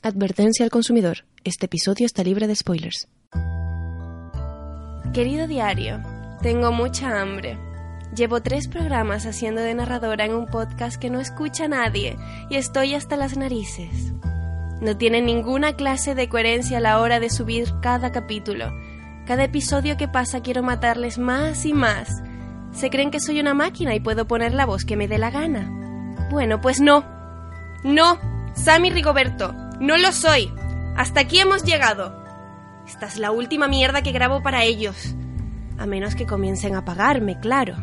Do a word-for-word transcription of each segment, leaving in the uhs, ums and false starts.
Advertencia al consumidor. Este episodio está libre de spoilers. Querido diario, tengo mucha hambre. Llevo tres programas haciendo de narradora en un podcast que no escucha a nadie y estoy hasta las narices. No tiene ninguna clase de coherencia a la hora de subir cada capítulo. Cada episodio que pasa quiero matarles más y más. Se creen que soy una máquina y puedo poner la voz que me dé la gana. Bueno, pues no. No, Sammy Rigoberto, no lo soy. Hasta aquí hemos llegado. Esta es la última mierda que grabo para ellos. A menos que comiencen a pagarme, claro.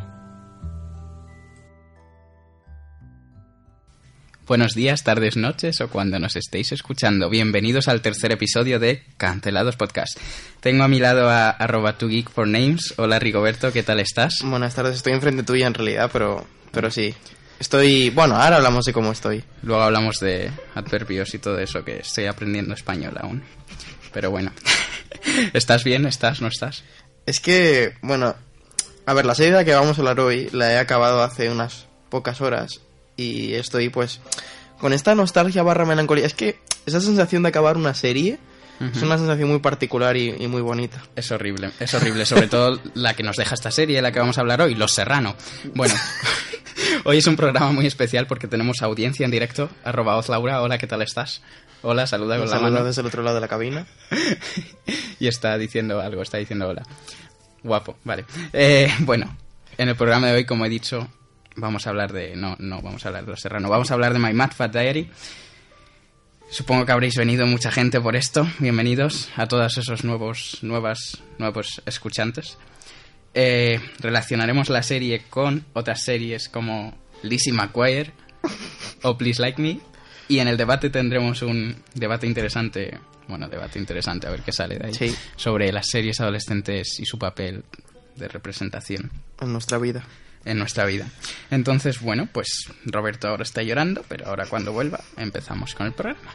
Buenos días, tardes, noches o cuando nos estéis escuchando. Bienvenidos al tercer episodio de Cancelados Podcast. Tengo a mi lado a arroba two geek for names. Hola Rigoberto, ¿qué tal estás? Buenas tardes, estoy enfrente tuya en realidad, pero, pero sí. Estoy... Bueno, ahora hablamos de cómo estoy. Luego hablamos de adverbios y todo eso, que estoy aprendiendo español aún. Pero bueno. ¿Estás bien? ¿Estás? ¿No estás? Es que, bueno... A ver, la serie de la que vamos a hablar hoy la he acabado hace unas pocas horas. Y estoy, pues, con esta nostalgia barra melancolía. Es que esa sensación de acabar una serie uh-huh. es una sensación muy particular y, y muy bonita. Es horrible, es horrible. Sobre todo la que nos deja esta serie, la que vamos a hablar hoy, Los Serrano. Bueno, hoy es un programa muy especial porque tenemos audiencia en directo. Arroba Oz Laura, hola, ¿qué tal estás? Hola, saluda con la mano. Saluda desde el otro lado de la cabina. Y está diciendo algo, está diciendo hola. Guapo, vale. Eh, bueno, en el programa de hoy, como he dicho... Vamos a hablar de... No, no vamos a hablar de Los Serrano. Vamos a hablar de My Mad Fat Diary. Supongo que habréis venido mucha gente por esto. Bienvenidos a todos esos nuevos nuevas, nuevos escuchantes. Eh, relacionaremos la serie con otras series como Lizzie McGuire o Please Like Me. Y en el debate tendremos un debate interesante... Bueno, debate interesante, a ver qué sale de ahí. Sí. Sobre las series adolescentes y su papel de representación. En nuestra vida. En nuestra vida. Entonces, bueno, pues Roberto ahora está llorando, pero ahora cuando vuelva empezamos con el programa.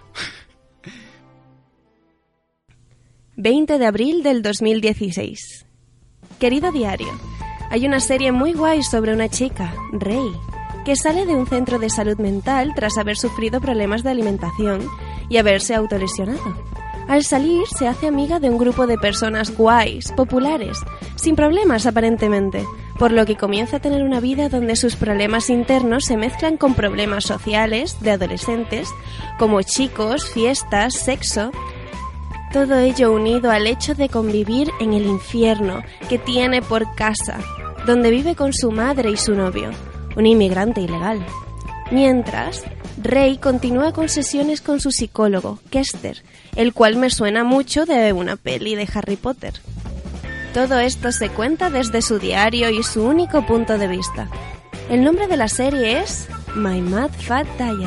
veinte de abril del dos mil dieciséis. Querido diario, hay una serie muy guay sobre una chica, Rey, que sale de un centro de salud mental tras haber sufrido problemas de alimentación y haberse autolesionado. Al salir, se hace amiga de un grupo de personas guays, populares, sin problemas aparentemente, por lo que comienza a tener una vida donde sus problemas internos se mezclan con problemas sociales de adolescentes, como chicos, fiestas, sexo. Todo ello unido al hecho de convivir en el infierno que tiene por casa, donde vive con su madre y su novio, un inmigrante ilegal. Mientras, Rey continúa con sesiones con su psicólogo, Kester, el cual me suena mucho de una peli de Harry Potter. Todo esto se cuenta desde su diario y su único punto de vista. El nombre de la serie es My Mad Fat Diary.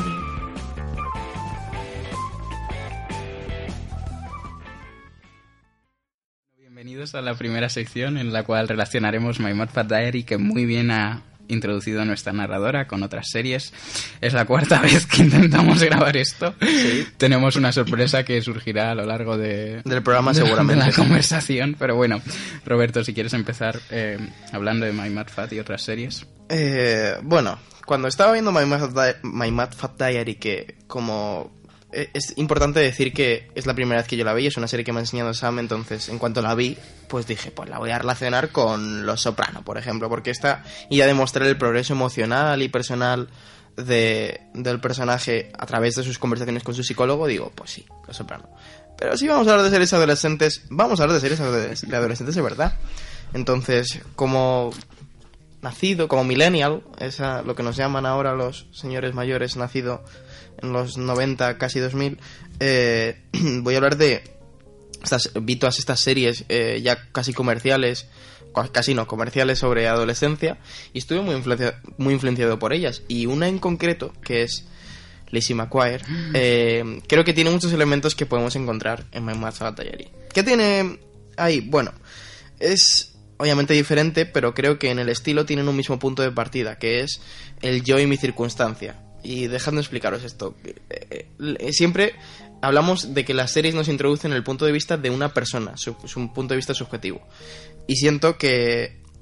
Bienvenidos a la primera sección en la cual relacionaremos My Mad Fat Diary, que muy bien ha introducido a nuestra narradora con otras series. Es la cuarta vez que intentamos grabar esto. Sí. Tenemos una sorpresa que surgirá a lo largo de, del programa de, seguramente. de la conversación. Pero bueno, Roberto, si quieres empezar eh, hablando de My Mad Fat y otras series. Eh, bueno, cuando estaba viendo My Mad, Di- My Mad Fat Diary, que como... Es importante decir que es la primera vez que yo la vi, es una serie que me ha enseñado Sam, entonces en cuanto la vi, pues dije, pues la voy a relacionar con Los Soprano, por ejemplo, porque esta iba a demostrar el progreso emocional y personal de, del personaje a través de sus conversaciones con su psicólogo. Digo, pues sí, Los Soprano. Pero si vamos a hablar de series adolescentes, vamos a hablar de series de adolescentes de verdad. Entonces, como nacido, como millennial, es lo que nos llaman ahora los señores mayores, nacido en los noventa, casi dos mil, eh, voy a hablar de estas, vi todas estas series eh, ya casi comerciales, casi no, comerciales sobre adolescencia, y estuve muy, influencia, muy influenciado por ellas, y una en concreto, que es Lizzie McGuire, eh, creo que tiene muchos elementos que podemos encontrar en My Mad Fat Diary. ¿Qué tiene ahí? Bueno, es obviamente diferente, pero creo que en el estilo tienen un mismo punto de partida, que es el yo y mi circunstancia. Y dejadme explicaros esto. Eh, eh, siempre hablamos de que las series nos introducen el punto de vista de una persona, su, su punto de vista subjetivo. Y siento que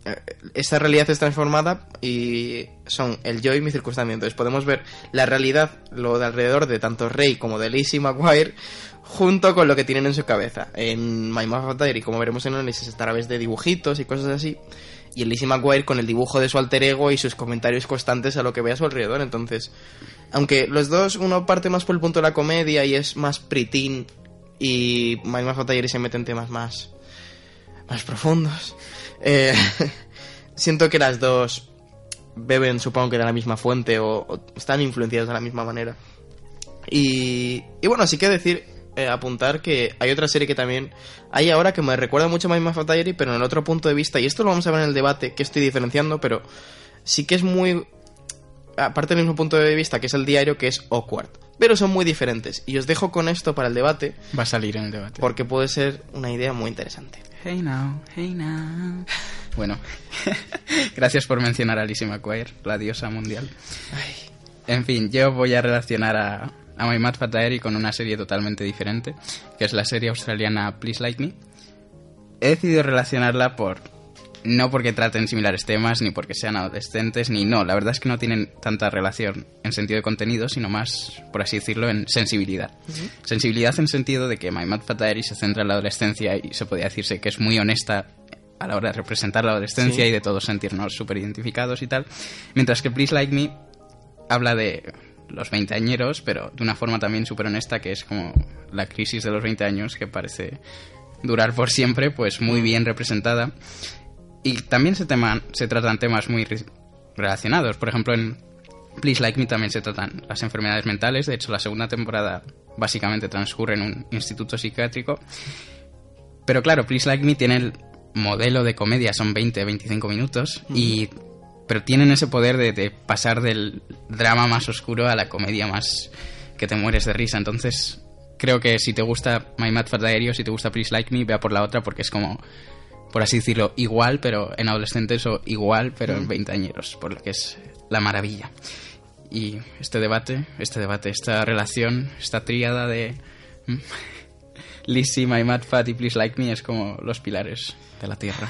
esta realidad es transformada y son el yo y mi circunstancia. Entonces podemos ver la realidad, lo de alrededor de tanto Rey como de Lizzie McGuire, junto con lo que tienen en su cabeza. En My Mad Diary, como veremos en el análisis, a través de dibujitos y cosas así, y en Lizzie McGuire con el dibujo de su alter ego y sus comentarios constantes a lo que ve a su alrededor. Entonces, aunque los dos, uno parte más por el punto de la comedia y es más preteen, y My Mad Diary se mete en temas más más profundos, eh, siento que las dos beben, supongo que de la misma fuente, o, o están influenciadas de la misma manera. Y, y bueno, sí que decir, eh, apuntar que hay otra serie que también hay ahora que me recuerda mucho a My Mad Diary, pero en el otro punto de vista, y esto lo vamos a ver en el debate, que estoy diferenciando, pero sí que es muy, aparte del mismo punto de vista, que es el diario, que es Awkward. Pero son muy diferentes. Y os dejo con esto para el debate. Va a salir en el debate. Porque puede ser una idea muy interesante. Hey now, hey now. Bueno, gracias por mencionar a Lizzie McGuire, la diosa mundial. Ay. En fin, yo voy a relacionar a, a My Mad Diary con una serie totalmente diferente, que es la serie australiana Please Like Me. He decidido relacionarla por... No porque traten similares temas, ni porque sean adolescentes, ni no. La verdad es que no tienen tanta relación en sentido de contenido, sino más, por así decirlo, en sensibilidad. Uh-huh. Sensibilidad en sentido de que My Mad Diary se centra en la adolescencia y se podría decirse que es muy honesta a la hora de representar la adolescencia, sí, y de todos sentirnos súper identificados y tal. Mientras que Please Like Me habla de los veinteañeros, pero de una forma también súper honesta, que es como la crisis de los veinte años, que parece durar por siempre, pues muy bien representada. Y también se, tema, se tratan temas muy re- relacionados. Por ejemplo, en Please Like Me también se tratan las enfermedades mentales. De hecho, la segunda temporada básicamente transcurre en un instituto psiquiátrico. Pero claro, Please Like Me tiene el modelo de comedia, son veinte a veinticinco minutos. Mm. Y, pero tienen ese poder de, de pasar del drama más oscuro a la comedia más que te mueres de risa. Entonces, creo que si te gusta My Mad Diary o si te gusta Please Like Me, vea por la otra, porque es como... por así decirlo, igual, pero en adolescentes, o igual, pero en veinteañeros, por lo que es la maravilla. Y este debate, este debate, esta relación, esta tríada de Lizzie, My Mad Fat y Please Like Me es como los pilares de la Tierra.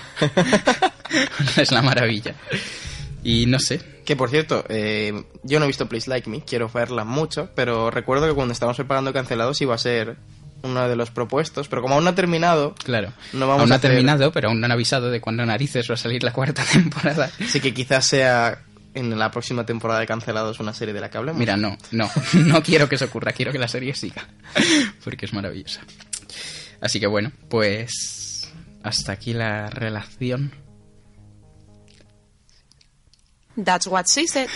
Es la maravilla. Y no sé. Que por cierto, eh, yo no he visto Please Like Me, quiero verla mucho, pero recuerdo que cuando estábamos preparando Cancelados iba a ser... uno de los propuestos, pero como aún no ha terminado, claro, no vamos aún no a ha hacer... terminado, pero aún no han avisado de cuándo narices va a salir la cuarta temporada. Así que quizás sea en la próxima temporada de Cancelados una serie de la que hablemos. Mira, no, no, no quiero que eso ocurra, quiero que la serie siga, porque es maravillosa. Así que bueno, pues hasta aquí la relación. That's what she said.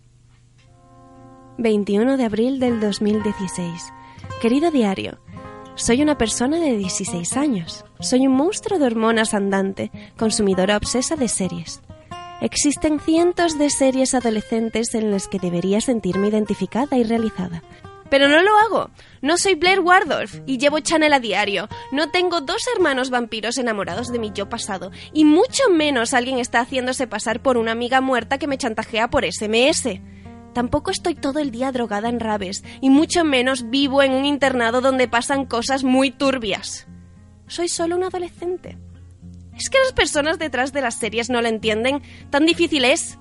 veintiuno de abril del dos mil dieciséis. Querido diario, soy una persona de dieciséis años. Soy un monstruo de hormonas andante, consumidora obsesa de series. Existen cientos de series adolescentes en las que debería sentirme identificada y realizada. Pero no lo hago. No soy Blair Waldorf y llevo Channel a diario. No tengo dos hermanos vampiros enamorados de mi yo pasado. Y mucho menos alguien está haciéndose pasar por una amiga muerta que me chantajea por ese eme ese. Tampoco estoy todo el día drogada en raves, y mucho menos vivo en un internado donde pasan cosas muy turbias. Soy solo un adolescente. ¿Es que las personas detrás de las series no lo entienden? ¿Tan difícil es?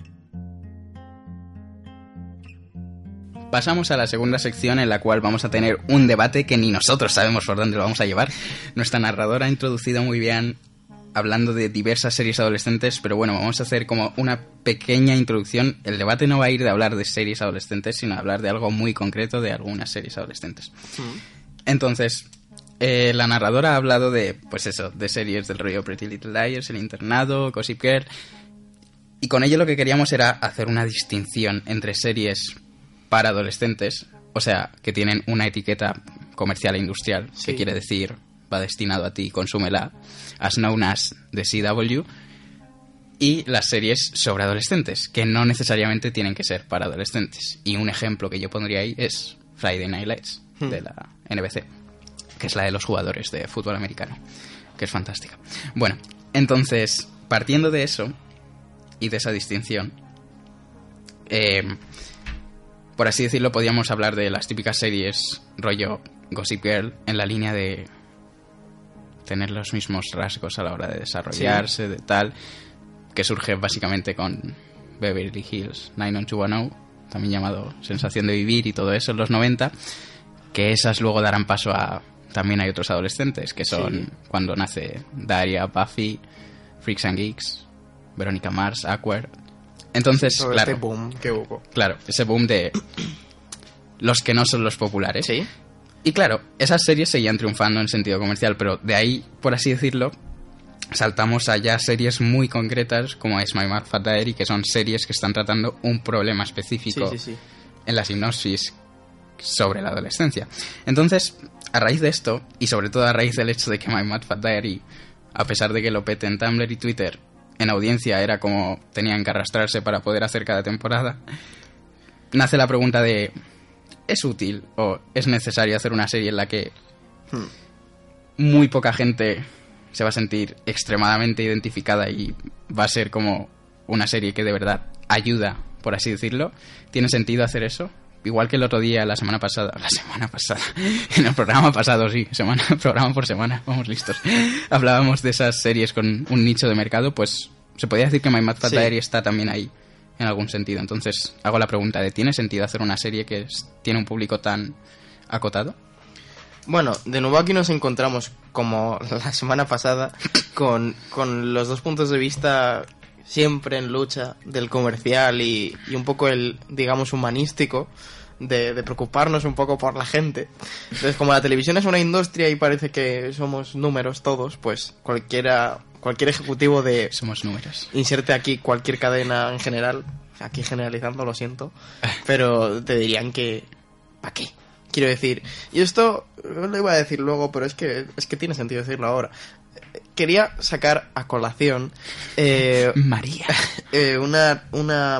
Pasamos a la segunda sección en la cual vamos a tener un debate que ni nosotros sabemos por dónde lo vamos a llevar. Nuestra narradora ha introducido muy bien hablando de diversas series adolescentes, pero bueno, vamos a hacer como una pequeña introducción. El debate no va a ir de hablar de series adolescentes, sino a hablar de algo muy concreto de algunas series adolescentes. Mm. Entonces, eh, la narradora ha hablado de, pues eso, de series del rollo Pretty Little Liars, El Internado, Gossip Girl, y con ello lo que queríamos era hacer una distinción entre series para adolescentes, o sea, que tienen una etiqueta comercial e industrial, sí, que quiere decir va destinado a ti, consúmela, as known as the C W, y las series sobre adolescentes, que no necesariamente tienen que ser para adolescentes. Y un ejemplo que yo pondría ahí es Friday Night Lights, hmm. de la N B C, que es la de los jugadores de fútbol americano, que es fantástica. Bueno, entonces, partiendo de eso, y de esa distinción, eh, por así decirlo, podíamos hablar de las típicas series rollo Gossip Girl, en la línea de tener los mismos rasgos a la hora de desarrollarse, sí, de tal. que surge básicamente con Beverly Hills nueve oh dos one oh, también llamado Sensación de Vivir y todo eso en los noventa, que esas luego darán paso a... También hay otros adolescentes, que son sí. cuando nace Daria, Buffy, Freaks and Geeks, Verónica Mars, Awkward. Entonces, todo claro, este boom que hubo. Claro, ese boom de los que no son los populares. Sí. Y claro, esas series seguían triunfando en sentido comercial, pero de ahí, por así decirlo, saltamos a ya series muy concretas como es My Mad Fat Diary, que son series que están tratando un problema específico sí, sí, sí. en la sinopsis sobre la adolescencia. Entonces, a raíz de esto, y sobre todo a raíz del hecho de que My Mad Fat Diary, a pesar de que lo pete en Tumblr y Twitter, en audiencia era como tenían que arrastrarse para poder hacer cada temporada, nace la pregunta de ¿es útil o es necesario hacer una serie en la que hmm. muy poca gente se va a sentir extremadamente identificada y va a ser como una serie que de verdad ayuda, por así decirlo? ¿Tiene sentido hacer eso? Igual que el otro día, la semana pasada, la semana pasada, en el programa pasado, sí, semana, programa por semana, vamos listos, hablábamos de esas series con un nicho de mercado, pues se podría decir que My Mad Fat Diary sí. está también ahí, en algún sentido. Entonces, hago la pregunta de, ¿tiene sentido hacer una serie que es, tiene un público tan acotado? Bueno, de nuevo aquí nos encontramos, como la semana pasada, con, con los dos puntos de vista siempre en lucha, del comercial y, y un poco el, digamos, humanístico, de, de preocuparnos un poco por la gente. Entonces, como la televisión es una industria y parece que somos números todos, pues cualquiera, cualquier ejecutivo de... Somos números. Inserte aquí cualquier cadena en general, aquí generalizando, lo siento, pero te dirían que... ¿para qué? Quiero decir, y esto lo iba a decir luego, pero es que, es que tiene sentido decirlo ahora. Quería sacar a colación eh, María eh, una una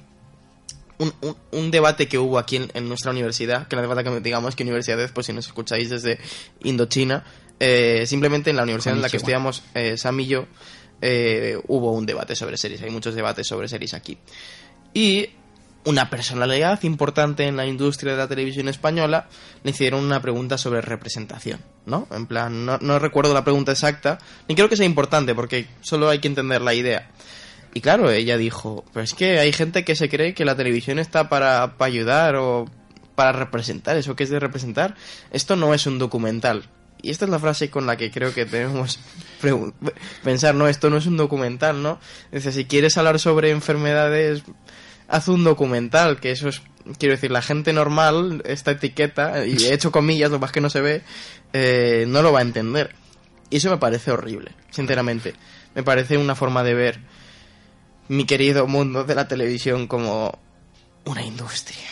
un, un, un debate que hubo aquí en, en nuestra universidad, que no hace falta que digamos que universidad es, pues si nos escucháis desde Indochina, eh, simplemente en la universidad en la que estudiamos eh, Sam y yo, eh, hubo un debate sobre series. Hay muchos debates sobre series aquí, y una personalidad importante en la industria de la televisión española le hicieron una pregunta sobre representación, ¿no? En plan, no, no recuerdo la pregunta exacta, ni creo que sea importante porque solo hay que entender la idea. Y claro, ella dijo, pero es que hay gente que se cree que la televisión está para, para ayudar o para representar. ¿Eso qué es de representar? Esto no es un documental. Y esta es la frase con la que creo que debemos pre- pensar, ¿no? Esto no es un documental, ¿no? Dice, si quieres hablar sobre enfermedades... haz un documental, que eso es, quiero decir, la gente normal, esta etiqueta, y he hecho comillas, lo más que no se ve, eh, no lo va a entender. Y eso me parece horrible, sinceramente. Me parece una forma de ver mi querido mundo de la televisión como una industria.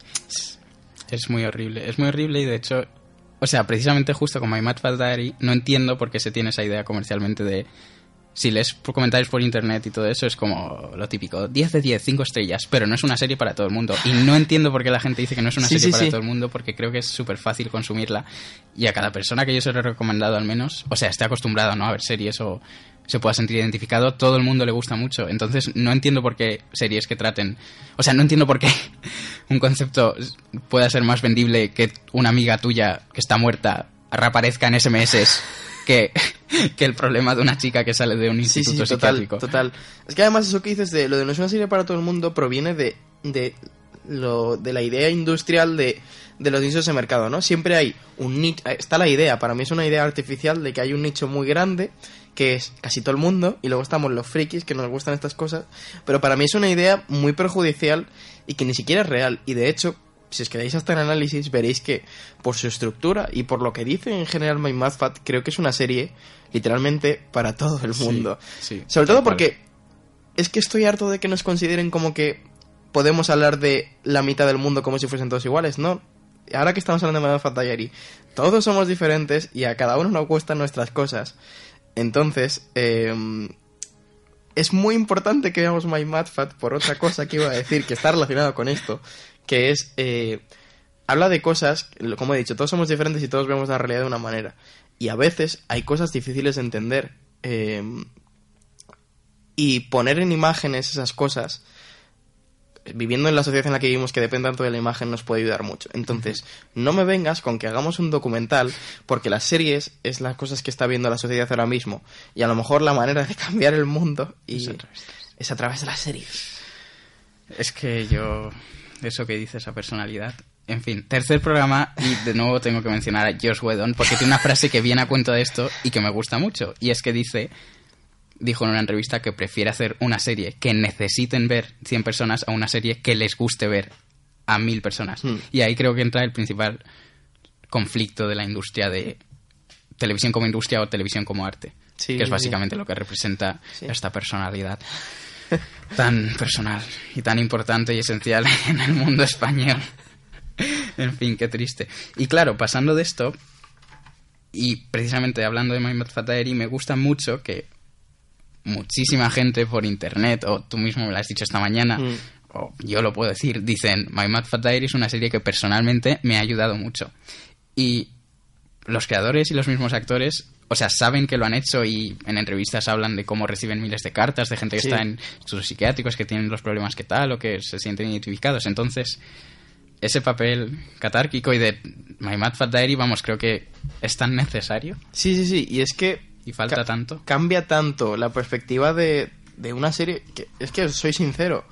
Es muy horrible, es muy horrible y de hecho, o sea, precisamente justo como My Mad Fat Diary, no entiendo por qué se tiene esa idea comercialmente de... Si lees por comentarios por internet y todo eso, es como lo típico, diez de diez, cinco estrellas, pero no es una serie para todo el mundo. Y no entiendo por qué la gente dice que no es una sí, serie sí, para sí. todo el mundo, porque creo que es súper fácil consumirla. Y a cada persona que yo se lo he recomendado al menos, o sea, esté acostumbrado, ¿no?, a ver series o se pueda sentir identificado, todo el mundo le gusta mucho. Entonces no entiendo por qué series que traten... O sea, no entiendo por qué un concepto pueda ser más vendible que una amiga tuya que está muerta reaparezca en ese eme ese que, que el problema de una chica que sale de un instituto sí, sí, psiquiátrico. Total, total. Es que además eso que dices de lo de no es una serie para todo el mundo proviene de, de, lo, de la idea industrial de, de los nichos de mercado, ¿no? Siempre hay un nicho, está la idea, para mí es una idea artificial de que hay un nicho muy grande que es casi todo el mundo, y luego estamos los frikis que nos gustan estas cosas, pero para mí es una idea muy perjudicial y que ni siquiera es real, y de hecho... Si os quedáis hasta el análisis, veréis que por su estructura y por lo que dice en general My Mad Fat, creo que es una serie literalmente para todo el mundo. Sí, sí, sobre todo porque es que estoy harto de que nos consideren como que podemos hablar de la mitad del mundo como si fuesen todos iguales, ¿no? Ahora que estamos hablando de My Mad Fat Diary, todos somos diferentes y a cada uno nos gustan nuestras cosas. Entonces, eh, es muy importante que veamos My Mad Fat por otra cosa que iba a decir, que está relacionado con esto, que es, eh, habla de cosas, como he dicho, todos somos diferentes y todos vemos la realidad de una manera. Y a veces hay cosas difíciles de entender. Eh, y poner en imágenes esas cosas viviendo en la sociedad en la que vivimos, que depende tanto de la imagen, nos puede ayudar mucho. Entonces, no me vengas con que hagamos un documental, porque las series es las cosas que está viendo la sociedad ahora mismo, y a lo mejor la manera de cambiar el mundo y es, a través de, es a través de las series. Es que yo, eso que dice esa personalidad... En fin, tercer programa, y de nuevo tengo que mencionar a Joss Whedon, porque tiene una frase que viene a cuento de esto y que me gusta mucho, y es que dice... Dijo en una entrevista que prefiere hacer una serie que necesiten ver cien personas a una serie que les guste ver a mil personas. Mm. Y ahí creo que entra el principal conflicto de la industria de televisión como industria o televisión como arte. Sí, que es básicamente sí. lo que representa sí. esta personalidad tan personal y tan importante y esencial en el mundo español. En fin, qué triste. Y claro, pasando de esto, y precisamente hablando de My Mad Fat Diary, me gusta mucho que muchísima gente por internet, o tú mismo me lo has dicho esta mañana, mm. o yo lo puedo decir, dicen My Mad Fat Diary es una serie que personalmente me ha ayudado mucho. Y los creadores y los mismos actores, o sea, saben que lo han hecho y en entrevistas hablan de cómo reciben miles de cartas de gente que sí. está en estudios psiquiátricos, que tienen los problemas que tal, o que se sienten identificados. Entonces, ese papel catárquico y de My Mad Fat Diary, vamos, creo que es tan necesario. Sí, sí, sí, y es que Y falta ca- tanto. Cambia tanto la perspectiva de, de una serie que es que soy sincero.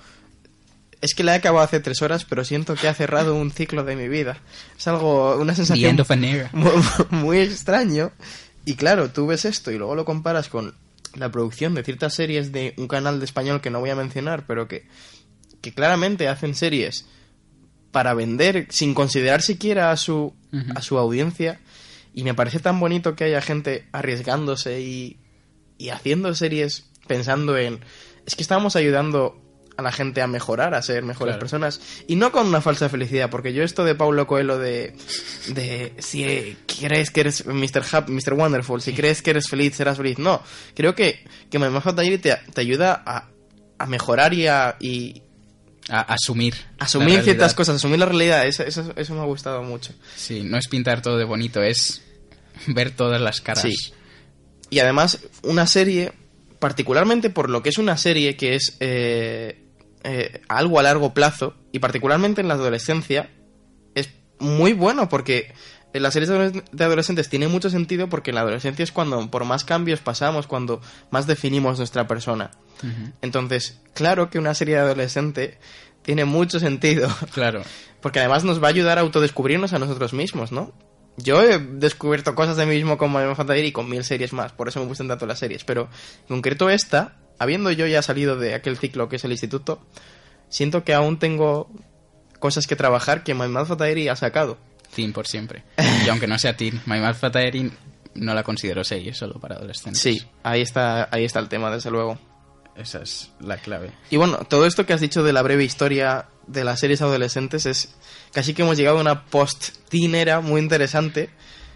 Es que la he acabado hace tres horas, pero siento que ha cerrado un ciclo de mi vida. Es algo, una sensación The end of an era. Muy, muy extraño. Y claro, tú ves esto y luego lo comparas con la producción de ciertas series de un canal de español que no voy a mencionar, pero que, que claramente hacen series para vender sin considerar siquiera a su, uh-huh. a su audiencia. Y me parece tan bonito que haya gente arriesgándose y, y haciendo series pensando en... Es que estamos ayudando a la gente a mejorar, a ser mejores claro. personas. Y no con una falsa felicidad, porque yo esto de Paulo Coelho de... de si crees que eres mister Happy, mister Wonderful, si crees que eres feliz, serás feliz. No, creo que, que My Mad Fat Diary te, te ayuda a, a mejorar y a... Y, A asumir. Asumir ciertas cosas, asumir la realidad. Eso, eso, eso me ha gustado mucho. Sí, no es pintar todo de bonito, es ver todas las caras. Sí. Y además, una serie, particularmente por lo que es una serie que es eh, eh, algo a largo plazo, y particularmente en la adolescencia, es muy bueno porque en las series de adolescentes tiene mucho sentido porque en la adolescencia es cuando por más cambios pasamos, cuando más definimos nuestra persona. Uh-huh. Entonces, claro que una serie de adolescente tiene mucho sentido. Claro. Porque además nos va a ayudar a autodescubrirnos a nosotros mismos, ¿no? Yo he descubierto cosas de mí mismo con My Mad Fat Diary y con mil series más, por eso me gustan tanto las series. Pero en concreto esta, habiendo yo ya salido de aquel ciclo que es el instituto, siento que aún tengo cosas que trabajar que My Mad Fat Diary ha sacado. Teen por siempre. Y aunque no sea teen, My Mad Fat Diary no la considero serie solo para adolescentes. Sí, ahí está, ahí está el tema, desde luego. Esa es la clave. Y bueno, todo esto que has dicho de la breve historia de las series adolescentes es casi que hemos llegado a una post-teen era muy interesante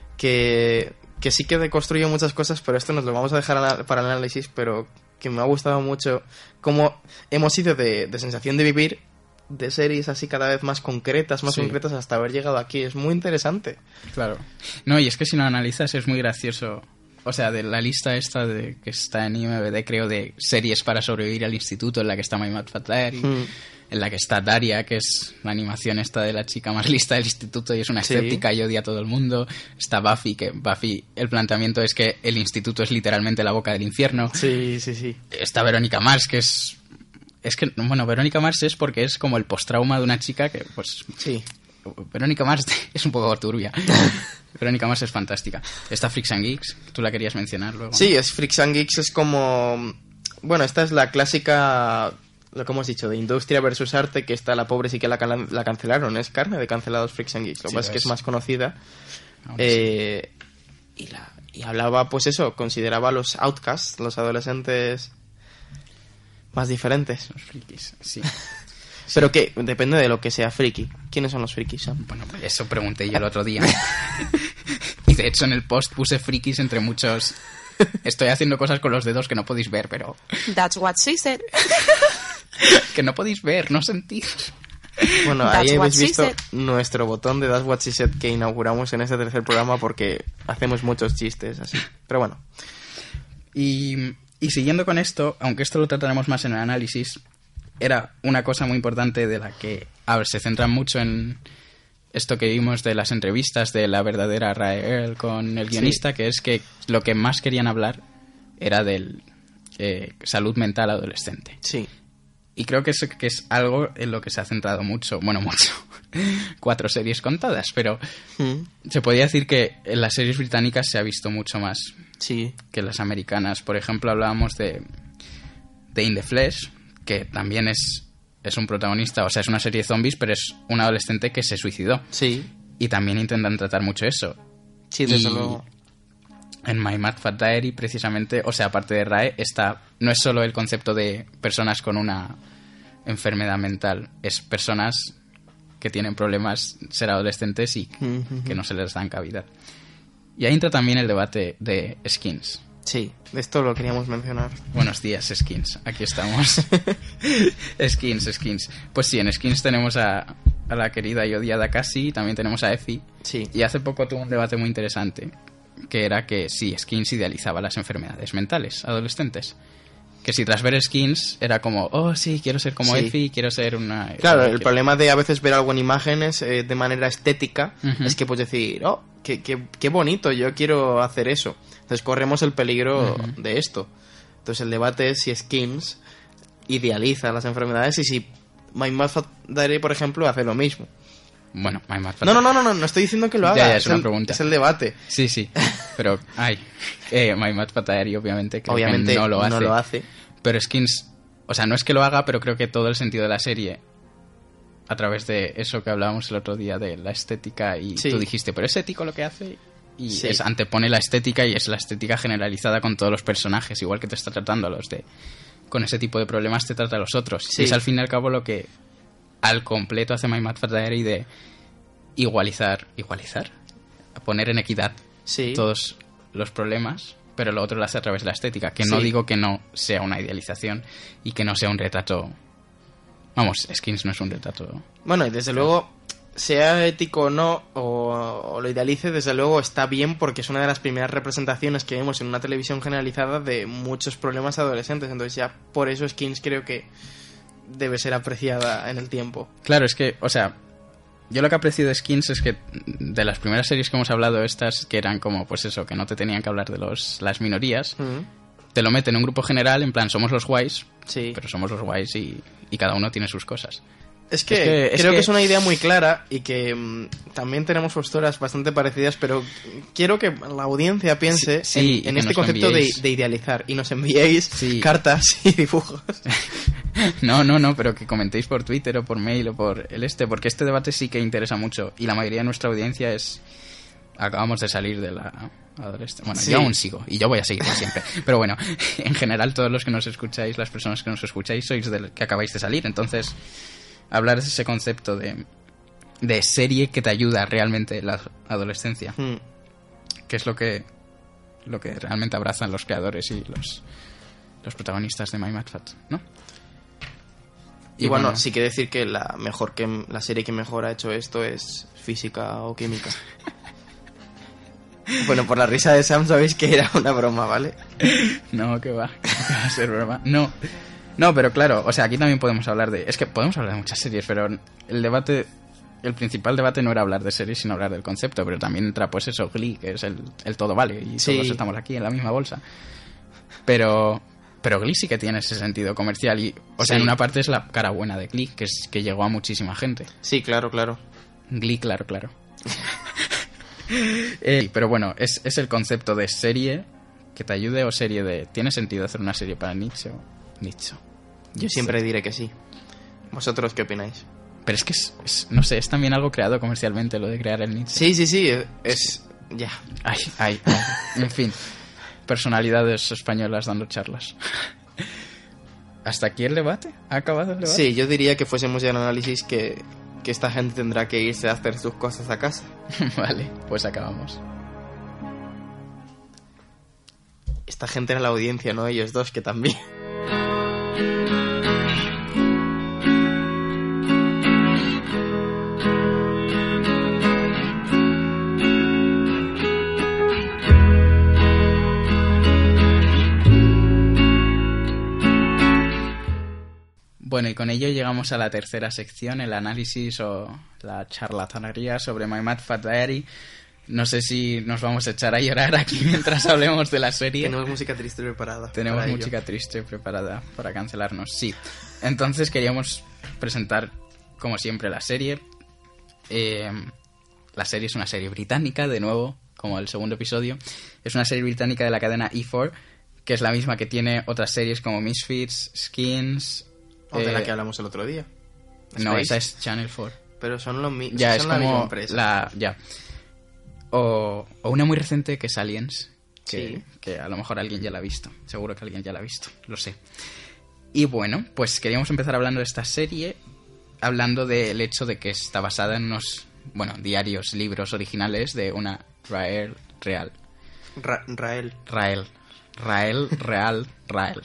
que, que sí que deconstruye muchas cosas, pero esto nos lo vamos a dejar para el análisis, pero que me ha gustado mucho cómo hemos ido de, de sensación de vivir de series así cada vez más concretas, más sí. concretas hasta haber llegado aquí. Es muy interesante. Claro. No, y es que si lo analizas es muy gracioso. O sea, de la lista esta de que está en I M D B, creo, de series para sobrevivir al instituto, en la que está My Mad Fat Diary, mm. en la que está Daria, que es la animación esta de la chica más lista del instituto y es una escéptica sí. y odia a todo el mundo. Está Buffy, que Buffy, el planteamiento es que el instituto es literalmente la boca del infierno. Sí, sí, sí. Está Verónica Mars, que es... Es que, bueno, Verónica Mars es porque es como el postrauma de una chica que, pues... Sí. Verónica Mars es un poco turbia. Verónica Mars es fantástica. Está Freaks and Geeks, tú la querías mencionar luego. Sí, es Freaks and Geeks, es como... Bueno, esta es la clásica, lo que hemos dicho, de industria versus arte, que está la pobre sí que la, can- la cancelaron, es carne de cancelados Freaks and Geeks. Lo que sí, pasa es que es más conocida. Eh, sí. y, la, y hablaba, pues eso, consideraba a los outcasts, los adolescentes más diferentes. Los frikis, sí. Pero que depende de lo que sea friki. ¿Quiénes son los frikis, Sam? Bueno, pues eso pregunté yo el otro día. Y de hecho en el post puse frikis entre muchos. Estoy haciendo cosas con los dedos que no podéis ver, pero... That's what she said. Que no podéis ver, no sentir. Bueno, That's ahí habéis visto said. Nuestro botón de That's What She Said que inauguramos en este tercer programa porque hacemos muchos chistes así. Pero bueno. Y, y siguiendo con esto, aunque esto lo trataremos más en el análisis... era una cosa muy importante de la que, a ver, se centran mucho en esto que vimos de las entrevistas de la verdadera Rae Earl con el guionista, sí. que es que lo que más querían hablar era del eh, salud mental adolescente. Sí. Y creo que es, que es algo en lo que se ha centrado mucho, bueno, mucho, cuatro series contadas, pero mm. se podría decir que en las series británicas se ha visto mucho más sí. que en las americanas. Por ejemplo, hablábamos de, de In the Flesh, que también es, es un protagonista, o sea, es una serie de zombies, pero es un adolescente que se suicidó. Sí. Y también intentan tratar mucho eso. Sí, desde luego. En My Mad Fat Diary, precisamente, o sea, aparte de Rae, está, no es solo el concepto de personas con una enfermedad mental, es personas que tienen problemas ser adolescentes y uh-huh. que no se les dan cavidad. Y ahí entra también el debate de Skins. Sí, de esto lo queríamos mencionar. Buenos días, Skins, aquí estamos. Skins, Skins. Pues sí, en Skins tenemos a, a la querida y odiada Cassie, y también tenemos a Effie. Sí. Y hace poco tuvo un debate muy interesante, que era que sí, Skins idealizaba las enfermedades mentales adolescentes. Que si tras ver Skins era como, oh sí, quiero ser como sí. Effie, quiero ser una... Claro, eh, el quiero... problema de a veces ver algo en imágenes eh, de manera estética uh-huh. es que puedes decir, oh, qué, qué, qué bonito, yo quiero hacer eso. Entonces corremos el peligro uh-huh. de esto. Entonces el debate es si Skins idealiza las enfermedades y si My Mad Fat Diary, por ejemplo, hace lo mismo. Bueno, My Mad Fat No, no, no, no, no, no estoy diciendo que lo haga. Ya, ya, es, es una el, pregunta. Es el debate. Sí, sí, pero, ay, eh, My Mad Fat Diary obviamente creo obviamente que no lo hace. no lo hace. Pero Skins, o sea, no es que lo haga, pero creo que todo el sentido de la serie, a través de eso que hablábamos el otro día, de la estética, y sí. tú dijiste, pero es ético lo que hace, y sí. es, antepone la estética, y es la estética generalizada con todos los personajes, igual que te está tratando a los de... Con ese tipo de problemas te trata a los otros. Sí. Y es al fin y al cabo lo que al completo hace My Mad Fat Diary, de igualizar, igualizar, a poner en equidad sí. todos los problemas, pero lo otro lo hace a través de la estética, que sí. no digo que no sea una idealización y que no sea un retrato. Vamos, Skins no es un retrato. Bueno, y desde luego, sea ético o no, o, o lo idealice, desde luego está bien, porque es una de las primeras representaciones que vemos en una televisión generalizada de muchos problemas adolescentes. Entonces ya por eso Skins creo que debe ser apreciada en el tiempo. Claro, es que, o sea, yo lo que aprecio de Skins es que de las primeras series que hemos hablado, estas que eran como, pues eso, que no te tenían que hablar de los las minorías, uh-huh. te lo meten en un grupo general, en plan, somos los guays, sí. pero somos los guays y, y cada uno tiene sus cosas. Es que, es que creo es que... que es una idea muy clara y que mmm, también tenemos posturas bastante parecidas, pero quiero que la audiencia piense sí, sí, en, en este concepto de, de idealizar y nos enviéis sí. cartas y dibujos. No, no, no, pero que comentéis por Twitter o por mail o por el este, porque este debate sí que interesa mucho y la mayoría de nuestra audiencia es... Acabamos de salir de la adolescencia. Bueno, sí. yo aún sigo y yo voy a seguir siempre. Pero bueno, en general todos los que nos escucháis, las personas que nos escucháis, sois del que acabáis de salir. Entonces, hablar de ese concepto de, de serie que te ayuda realmente en la adolescencia, hmm. que es lo que lo que realmente abrazan los creadores y los, los protagonistas de My Mad Fat, ¿no? Y, y bueno, bueno, sí que decir que la mejor que la serie que mejor ha hecho esto es Física o Química. Bueno, por la risa de Sam sabéis que era una broma, ¿vale? No, que va, que va a ser broma. No, no, pero claro, o sea, aquí también podemos hablar de... Es que podemos hablar de muchas series, pero el debate... El principal debate no era hablar de series, sino hablar del concepto, pero también entra, pues eso, Glee, que es el, el todo vale, y sí. todos estamos aquí en la misma bolsa. Pero... Pero Glee sí que tiene ese sentido comercial y, o sea, sí. en una parte es la cara buena de Glee, que es que llegó a muchísima gente. Sí, claro, claro. Glee, claro, claro. eh, pero bueno, es, es el concepto de serie que te ayude o serie de... ¿Tiene sentido hacer una serie para nicho? Nicho. Yo siempre diré que sí. ¿Vosotros qué opináis? Pero es que es, es, no sé, es también algo creado comercialmente, lo de crear el nicho. Sí, sí, sí, es... ya. Ay, ay, ay. En fin, personalidades españolas dando charlas. ¿Hasta aquí el debate? ¿Ha acabado el debate? Sí, yo diría que fuésemos ya al análisis que, que esta gente tendrá que irse a hacer sus cosas a casa. Vale, pues acabamos. Esta gente era la audiencia, no ellos dos, que también... Bueno, y con ello llegamos a la tercera sección, el análisis o la charlatanería sobre My Mad Fat Diary. No sé si nos vamos a echar a llorar aquí mientras hablemos de la serie. Tenemos música triste preparada. Tenemos para música ello. triste preparada para cancelarnos, sí. Entonces queríamos presentar, como siempre, la serie. Eh, la serie es una serie británica, de nuevo, como el segundo episodio. Es una serie británica de la cadena E cuatro, que es la misma que tiene otras series como Misfits, Skins... O de eh, la que hablamos el otro día. No, Space. esa es Channel cuatro. Pero son los mismos. Ya, son es la misma como empresa. la... Ya. O, o una muy reciente que es Aliens, que, Sí. que a lo mejor alguien ya la ha visto. Seguro que alguien ya la ha visto, lo sé. Y bueno, pues queríamos empezar hablando de esta serie, hablando del hecho de que está basada en unos, bueno, diarios, libros originales de una Rael Real. Ra- Rael. Rael. Rael Real Rael.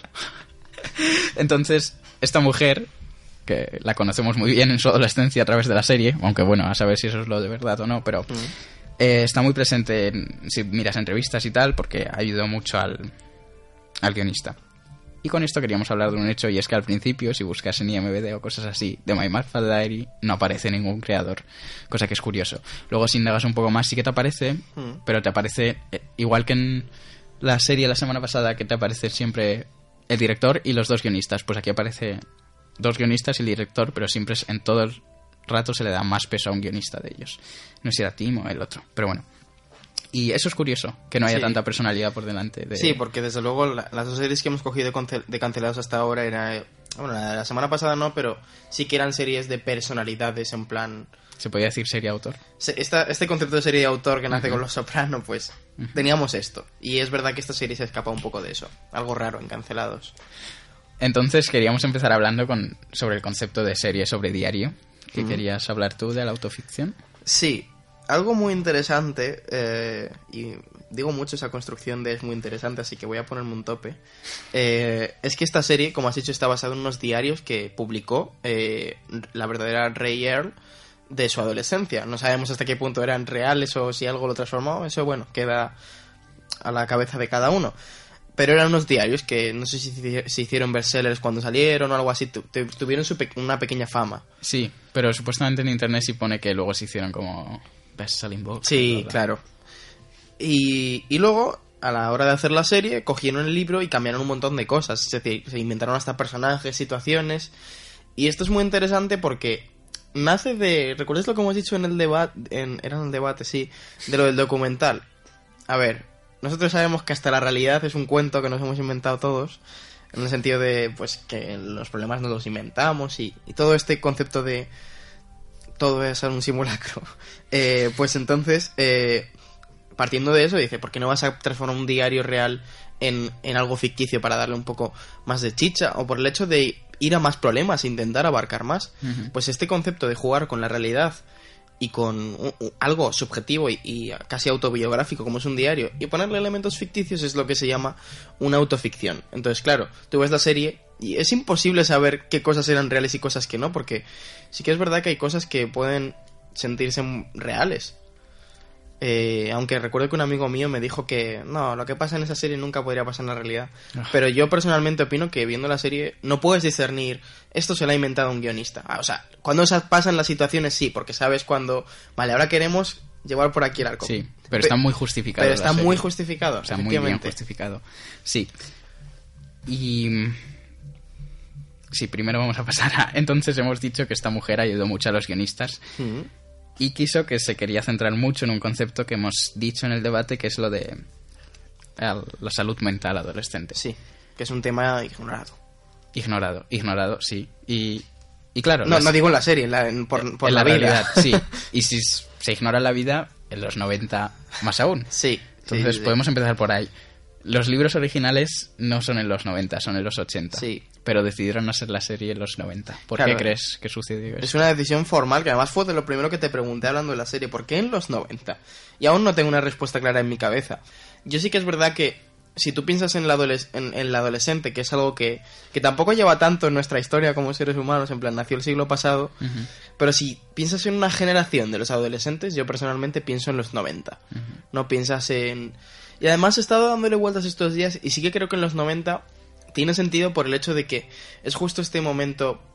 Entonces, esta mujer, que la conocemos muy bien en su adolescencia a través de la serie, aunque bueno, a saber si eso es lo de verdad o no, pero... Mm. Eh, está muy presente en, si miras entrevistas y tal, porque ayudó mucho al, al guionista. Y con esto queríamos hablar de un hecho, y es que al principio, si buscas en I M D B o cosas así, de My Mad Fat Diary, no aparece ningún creador, cosa que es curioso. Luego, si indagas un poco más, sí que te aparece, Mm. pero te aparece, eh, igual que en la serie la semana pasada, que te aparece siempre el director y los dos guionistas. Pues aquí aparece dos guionistas y el director, pero siempre es, en todo el rato se le da más peso a un guionista de ellos. No sé si era Tim o el otro, pero bueno. Y eso es curioso, que no haya Sí. tanta personalidad por delante de... Sí, porque desde luego la- las dos series que hemos cogido de, concel- de cancelados hasta ahora era... eh, Bueno, la de la semana pasada no, pero sí que eran series de personalidades en plan... ¿Se podría decir serie autor? se- Esta, este concepto de serie de autor que nace Ujú. con Los Soprano, pues teníamos esto. Y es verdad que esta serie se escapa un poco de eso. Algo raro en cancelados. Entonces queríamos empezar hablando con sobre el concepto de serie sobre diario. ¿Qué Ujú. querías hablar tú de la autoficción? Sí, algo muy interesante, eh, y digo mucho esa construcción de es muy interesante, así que voy a ponerme un tope, eh, es que esta serie, como has dicho, está basada en unos diarios que publicó eh, la verdadera Ray Earl de su adolescencia. No sabemos hasta qué punto eran reales o si algo lo transformó, eso bueno, queda a la cabeza de cada uno. Pero eran unos diarios que no sé si se hicieron bestsellers cuando salieron o algo así, tu- tu- tuvieron su pe- una pequeña fama. Sí, pero supuestamente en internet sí pone que luego se hicieron como best-selling books. Sí, bla, bla. claro. Y, y luego, a la hora de hacer la serie, cogieron el libro y cambiaron un montón de cosas. Es decir, se inventaron hasta personajes, situaciones. Y esto es muy interesante porque nace de... ¿Recuerdas lo que hemos dicho en el debate? En, era en el debate, sí. De lo del documental. A ver, nosotros sabemos que hasta la realidad es un cuento que nos hemos inventado todos. En el sentido de, pues, que los problemas nos los inventamos y, y todo este concepto de... Todo es un simulacro. Eh, pues entonces... Eh, partiendo de eso, dice, ¿por qué no vas a transformar un diario real en, en algo ficticio para darle un poco más de chicha? O por el hecho de ir a más problemas, intentar abarcar más. Ujú. Pues este concepto de jugar con la realidad y con un- un- algo subjetivo y, y casi autobiográfico como es un diario y ponerle elementos ficticios es lo que se llama una autoficción. Entonces, claro, tú ves la serie y es imposible saber qué cosas eran reales y cosas que no, porque sí que es verdad que hay cosas que pueden sentirse reales. Eh, aunque recuerdo que un amigo mío me dijo que no, lo que pasa en esa serie nunca podría pasar en la realidad. Ah. Pero yo personalmente opino que viendo la serie no puedes discernir esto se lo ha inventado un guionista. Ah, o sea, cuando esas pasan las situaciones sí, porque sabes cuando, vale, ahora queremos llevar por aquí el arco. Sí, pero Pe- está muy justificado. Pero la está serie. muy justificado, Está muy bien efectivamente. justificado. Sí. Y... mm, Sí, primero vamos a pasar a... Entonces hemos dicho que esta mujer ayudó mucho a los guionistas Mm. y quiso que se quería centrar mucho en un concepto que hemos dicho en el debate, que es lo de el- la salud mental adolescente. Sí, que es un tema ignorado. Ignorado, ignorado, sí. Y, y claro... No, las- no digo en la serie, en la, en- por, por en la, la, vida. realidad, sí. Y si s- se ignora la vida, en los noventa más aún. Sí. Entonces sí, sí. podemos empezar por ahí. Los libros originales no son en los noventa, son en los ochenta. Sí. Pero decidieron hacer la serie en los noventa. ¿Por Claro. qué crees que sucedió eso? Es una decisión formal que además fue de lo primero que te pregunté hablando de la serie. ¿Por qué en los noventa? Y aún no tengo una respuesta clara en mi cabeza. Yo sí que es verdad que si tú piensas en la, adoles- en, en la adolescente, que es algo que, que tampoco lleva tanto en nuestra historia como seres humanos, en plan nació el siglo pasado, Ujú, pero si piensas en una generación de los adolescentes, yo personalmente pienso en los noventa. ujú. No piensas en... Y además he estado dándole vueltas estos días y sí que creo que en los noventa tiene sentido por el hecho de que es justo este momento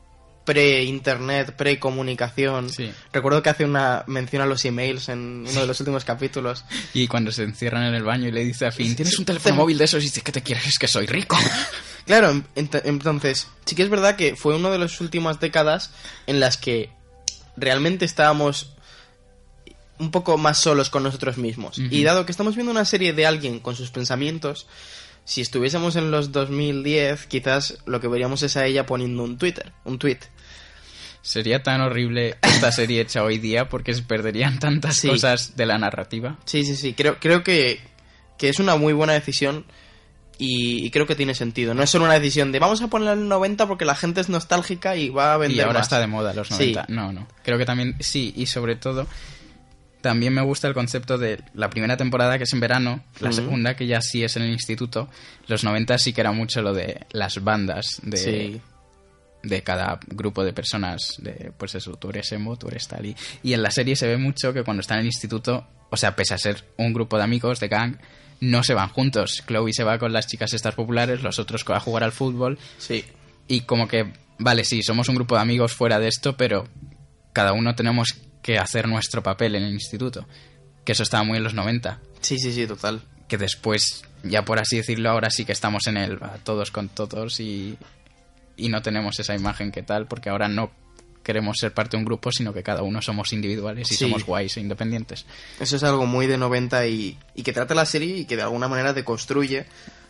pre-internet, pre-comunicación. Sí. Recuerdo que hace una mención a los emails en uno de los últimos capítulos. Y cuando se encierran en el baño y le dice a Finn, ¿tienes un teléfono móvil de esos? Y dice, ¿qué te quieres? Es que soy rico. Claro, ent- entonces, sí que es verdad que fue una de las últimas décadas en las que realmente estábamos un poco más solos con nosotros mismos. Uh-huh. Y dado que estamos viendo una serie de alguien con sus pensamientos, si estuviésemos en los dos mil diez, quizás lo que veríamos es a ella poniendo un Twitter, un tweet. Sería tan horrible esta serie hecha hoy día porque se perderían tantas sí. cosas de la narrativa. Sí, sí, sí. Creo, creo que, que es una muy buena decisión y, y creo que tiene sentido. No es solo una decisión de vamos a ponerla en el noventa porque la gente es nostálgica y va a vender Y ahora más. está de moda los noventa. Sí. No, no. Creo que también sí. Y sobre todo, también me gusta el concepto de la primera temporada, que es en verano, la uh-huh. segunda, que ya sí es en el instituto. Los noventa sí que era mucho lo de las bandas de... Sí. de cada grupo de personas, de pues eso, tú eres emo, tú eres tal y... y en la serie se ve mucho que cuando están en el instituto, o sea, pese a ser un grupo de amigos, de gang, no se van juntos. Chloe se va con las chicas estas populares, los otros a jugar al fútbol. Sí. Y como que, vale, sí, somos un grupo de amigos fuera de esto, pero cada uno tenemos que hacer nuestro papel en el instituto. Que eso estaba muy en los noventa. Sí, sí, sí, total. Que después, ya por así decirlo, ahora sí que estamos en el va, todos con todos y... y no tenemos esa imagen que tal, porque ahora no queremos ser parte de un grupo, sino que cada uno somos individuales y sí. somos guays e independientes. Eso es algo muy de noventa y, y que trata la serie y que de alguna manera deconstruye,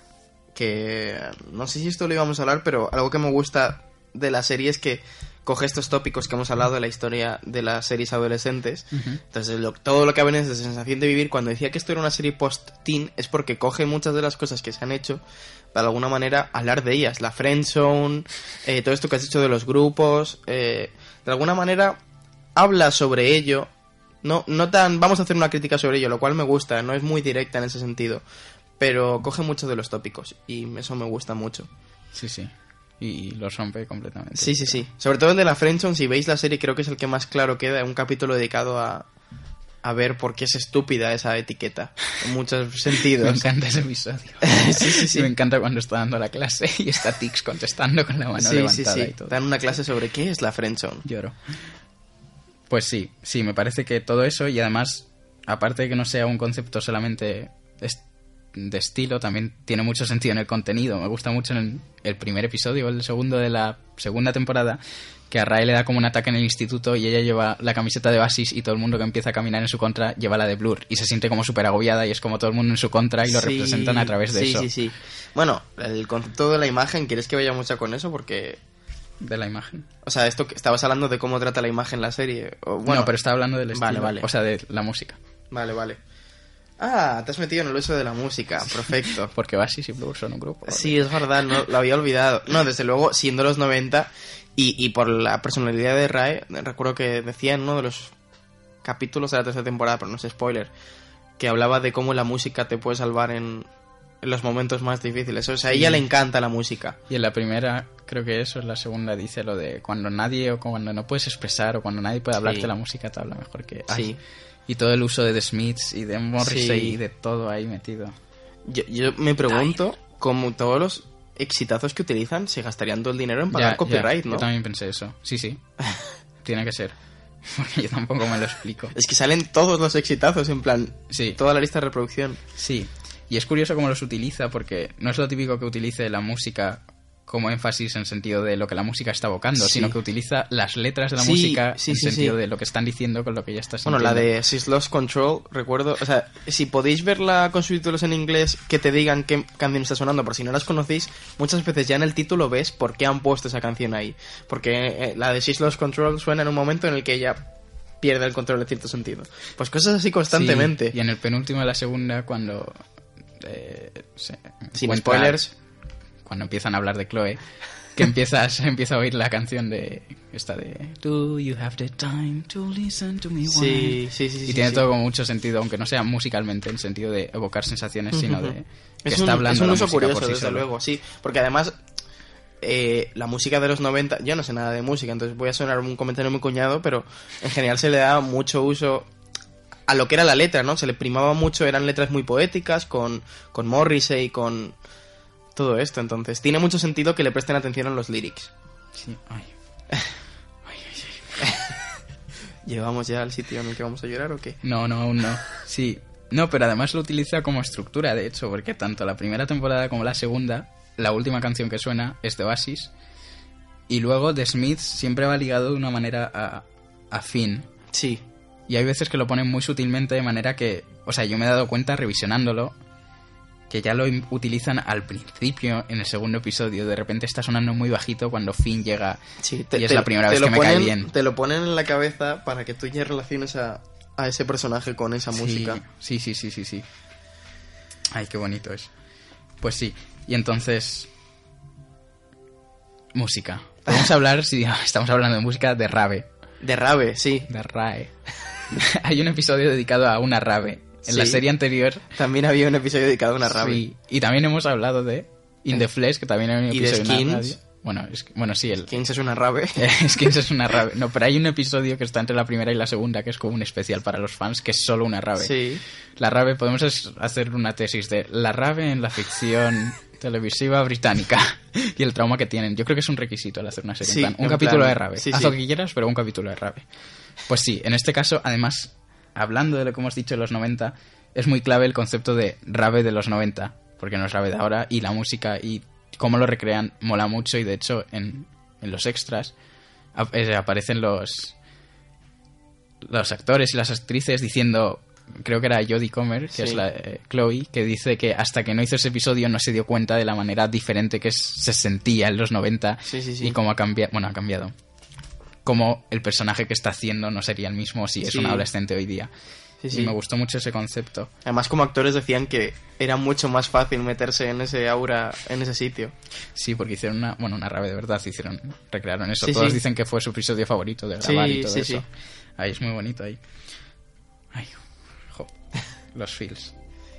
que no sé si esto lo íbamos a hablar, pero algo que me gusta de la serie es que coge estos tópicos que hemos hablado de la historia de las series adolescentes. Uh-huh. Entonces lo, todo lo que hablan es de sensación de vivir. Cuando decía que esto era una serie post-teen es porque coge muchas de las cosas que se han hecho para de alguna manera hablar de ellas. La friendzone, eh, todo esto que has dicho de los grupos, eh, de alguna manera habla sobre ello. No, no tan, vamos a hacer una crítica sobre ello, lo cual me gusta, no es muy directa en ese sentido, pero coge muchos de los tópicos y eso me gusta mucho. Sí, sí. Y los rompe completamente. Sí, sí, sí. Sobre todo el de la friendzone, si veis la serie, creo que es el que más claro queda. Un capítulo dedicado a, a ver por qué es estúpida esa etiqueta. En muchos sentidos. Me encanta ese episodio. Sí, sí, sí. Me encanta cuando está dando la clase y está Tix contestando con la mano sí, levantada sí, sí. y todo. Dan una clase sobre qué es la friendzone. Lloro. Pues sí, sí, me parece que todo eso, y además, aparte de que no sea un concepto solamente de estilo, también tiene mucho sentido en el contenido. Me gusta mucho en el primer episodio, el segundo de la segunda temporada, que a Rae le da como un ataque en el instituto y ella lleva la camiseta de Oasis y todo el mundo que empieza a caminar en su contra lleva la de Blur y se siente como súper agobiada y es como todo el mundo en su contra y lo sí, representan a través de sí, eso. Sí, sí, sí. Bueno, el concepto de la imagen, ¿quieres que vaya mucho con eso? Porque... ¿De la imagen? O sea, esto que estabas hablando de cómo trata la imagen la serie. O, bueno, no, pero estaba hablando del estilo. Vale, vale. O sea, de la música. Vale, vale. Ah, te has metido en el uso de la música, perfecto. Porque Oasis y Blur son un grupo. Sí, es verdad, no, lo había olvidado. No, desde luego, siendo los noventa y, y por la personalidad de Rae, recuerdo que decía en uno de los capítulos de la tercera temporada, pero no es spoiler, que hablaba de cómo la música te puede salvar en, en los momentos más difíciles. O sea, a ella le encanta la música. Y en la primera, creo que eso, en la segunda dice lo de cuando nadie, o cuando no puedes expresar, o cuando nadie puede hablarte, sí. La música te habla mejor que... Ay, sí. Y todo el uso de The Smiths y de Morrissey sí. y de todo ahí metido. Yo, yo me pregunto cómo todos los exitazos que utilizan se gastarían todo el dinero en pagar ya, copyright, ya. ¿no? Yo también pensé eso. Sí, sí. Tiene que ser. Porque yo tampoco me lo explico. Es que salen todos los exitazos, en plan... Sí. Toda la lista de reproducción. Sí. Y es curioso cómo los utiliza, porque no es lo típico que utilice la música como énfasis en sentido de lo que la música está evocando, sí. Sino que utiliza las letras de la sí, música sí, en sí, sentido sí. de lo que están diciendo con lo que ya está sintiendo. Bueno, la de She's Lost Control, recuerdo... O sea, si podéis verla con subtítulos en inglés que te digan qué canción está sonando, por si no las conocéis, muchas veces ya en el título ves por qué han puesto esa canción ahí. Porque eh, la de She's Lost Control suena en un momento en el que ella pierde el control en cierto sentido. Pues cosas así constantemente. Sí, y en el penúltimo de la segunda, cuando... Eh, se Sin spoilers. Cuando empiezan a hablar de Chloe... que empiezas empieza a oír la canción de esta de Do you have the time to listen to me? Sí, sí, sí, y sí, tiene sí. todo con mucho sentido, aunque no sea musicalmente en sentido de evocar sensaciones, uh-huh. sino de que es está un, hablando es un la uso música curioso, por sí desde solo. luego, sí, porque además eh, la música de los noventa, yo no sé nada de música, entonces voy a sonar un comentario muy cuñado, pero en general se le da mucho uso a lo que era la letra, ¿no? Se le primaba mucho, eran letras muy poéticas con, con Morrissey, con todo esto, entonces tiene mucho sentido que le presten atención a los lyrics. Sí, ay. ¿Llevamos ya al sitio en el que vamos a llorar o qué? No, no, aún no. Sí. No, pero además lo utiliza como estructura, de hecho, porque tanto la primera temporada como la segunda, la última canción que suena es de Oasis, y luego The Smiths siempre va ligado de una manera a, a Finn. Sí. Y hay veces que lo ponen muy sutilmente de manera que... O sea, yo me he dado cuenta revisionándolo que ya lo utilizan al principio, en el segundo episodio. De repente está sonando muy bajito cuando Finn llega sí, te, y es te, la primera vez que me ponen, cae bien. Te lo ponen en la cabeza para que tú ya relaciones a, a ese personaje con esa sí, música. Sí, sí, sí, sí, sí. Ay, qué bonito es. Pues sí, y entonces... Música. Vamos a hablar, si estamos hablando de música, de rave. De rave, sí. De rave. Hay un episodio dedicado a una rave. En sí. la serie anterior... También había un episodio dedicado a una rave. Sí, y también hemos hablado de In the Flesh, que también hay un episodio... ¿Y de Skins? Bueno, es, bueno, sí, el... Skins es una rave. Skins es una rave. No, pero hay un episodio que está entre la primera y la segunda, que es como un especial para los fans, que es solo una rave. Sí. La rave, podemos hacer una tesis de la rave en la ficción televisiva británica y el trauma que tienen. Yo creo que es un requisito al hacer una serie. Sí, en plan, un en capítulo plan, de rave. sí, Haz sí. lo que quieras, pero un capítulo de rave. Pues sí, en este caso, además, hablando de lo que hemos dicho de los noventa, es muy clave el concepto de rave de los noventa, porque no es rave de ahora, y la música y cómo lo recrean mola mucho, y de hecho en, en los extras ap- eh, aparecen los los actores y las actrices diciendo, creo que era Jodie Comer, que Sí. es la eh, Chloe, que dice que hasta que no hizo ese episodio no se dio cuenta de la manera diferente que es- se sentía en los noventa Sí, sí, sí. y cómo ha cambiado, bueno, ha cambiado. Cómo el personaje que está haciendo no sería el mismo si es Sí. un adolescente hoy día. Sí, sí. Y me gustó mucho ese concepto. Además, como actores decían que era mucho más fácil meterse en ese aura, en ese sitio. Sí, porque hicieron una, bueno, una rave de verdad, hicieron, recrearon eso. Sí, Todos sí. dicen que fue su episodio favorito de grabar Sí, y todo sí, eso. sí. Ahí es muy bonito ahí. Ay, jo, los feels.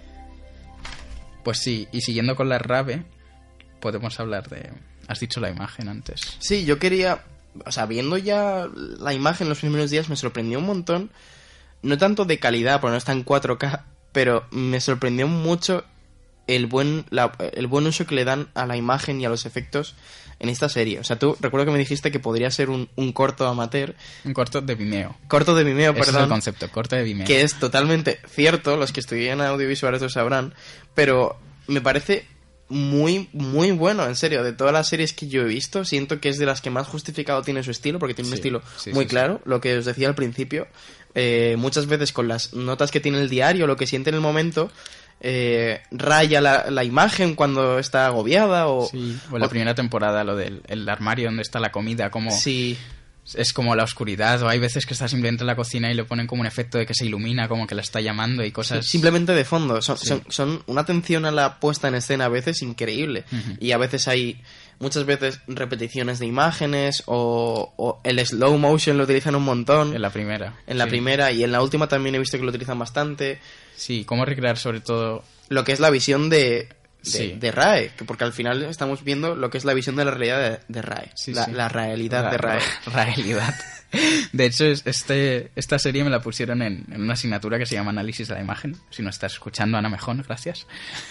Pues sí, y siguiendo con la rave, podemos hablar de... Has dicho la imagen antes. Sí, yo quería... O sea, viendo ya la imagen los primeros días me sorprendió un montón. No tanto de calidad, porque no está en cuatro K, pero me sorprendió mucho el buen, la- el buen uso que le dan a la imagen y a los efectos en esta serie. O sea, tú recuerdo que me dijiste que podría ser un, un corto amateur. Un corto de Vimeo. Corto de Vimeo, Ese es el perdón. concepto, corto de Vimeo. Que es totalmente cierto, los que estudian audiovisuales lo sabrán, pero me parece muy, muy bueno, en serio. De todas las series que yo he visto, siento que es de las que más justificado tiene su estilo, porque tiene un Sí, estilo sí, muy sí, claro, lo que os decía al principio. Eh, muchas veces con las notas que tiene el diario, lo que siente en el momento, eh, raya la, la imagen cuando está agobiada o... Sí, o en la o- primera temporada, lo del el armario donde está la comida, como... Sí, Es como la oscuridad, o hay veces que está simplemente en la cocina y le ponen como un efecto de que se ilumina, como que la está llamando y cosas... simplemente de fondo. Son, Sí. son, son una atención a la puesta en escena a veces increíble. Ujú. Y a veces hay, muchas veces, repeticiones de imágenes o, o el slow motion lo utilizan un montón. En la primera. En la sí. primera y en la última también he visto que lo utilizan bastante. Sí, cómo recrear sobre todo... Lo que es la visión de, de, Sí. de Rae, que porque al final estamos viendo lo que es la visión de la realidad de, de Rae. Sí, la, sí. la realidad La- de Rae. la realidad. De hecho, es- este, esta serie me la pusieron en, en una asignatura que se llama Análisis de la Imagen. Si nos estás escuchando, Ana Mejón, gracias.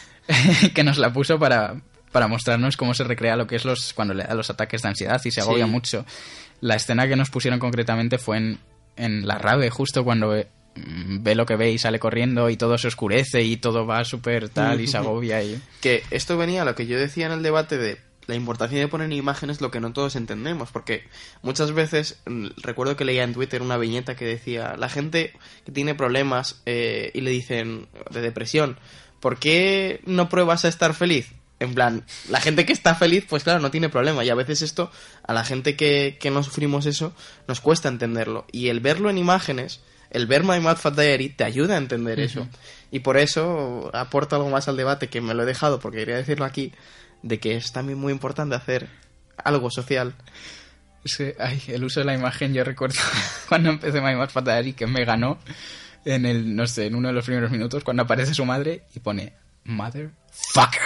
Que nos la puso para, para mostrarnos cómo se recrea lo que es los cuando le da los ataques de ansiedad y se agobia Sí. mucho. La escena que nos pusieron concretamente fue en, en la rave, justo cuando ve, mm, ve lo que ve y sale corriendo y todo se oscurece y todo va súper tal y se agobia y... Que esto venía a lo que yo decía en el debate de la importancia de poner imágenes, lo que no todos entendemos, porque muchas veces mm, recuerdo que leía en Twitter una viñeta que decía la gente que tiene problemas eh, y le dicen de depresión, ¿por qué no pruebas a estar feliz? En plan, la gente que está feliz, pues claro, no tiene problema. Y a veces esto, a la gente que, que no sufrimos eso, nos cuesta entenderlo. Y el verlo en imágenes, el ver My Mad Fat Diary, te ayuda a entender eso. Y por eso aporto algo más al debate, que me lo he dejado porque quería decirlo aquí, de que es también muy importante hacer algo social. Es que, ay, el uso de la imagen, yo recuerdo cuando empecé My Mad Fat Diary que me ganó en el, no sé, en uno de los primeros minutos cuando aparece su madre y pone motherfucker.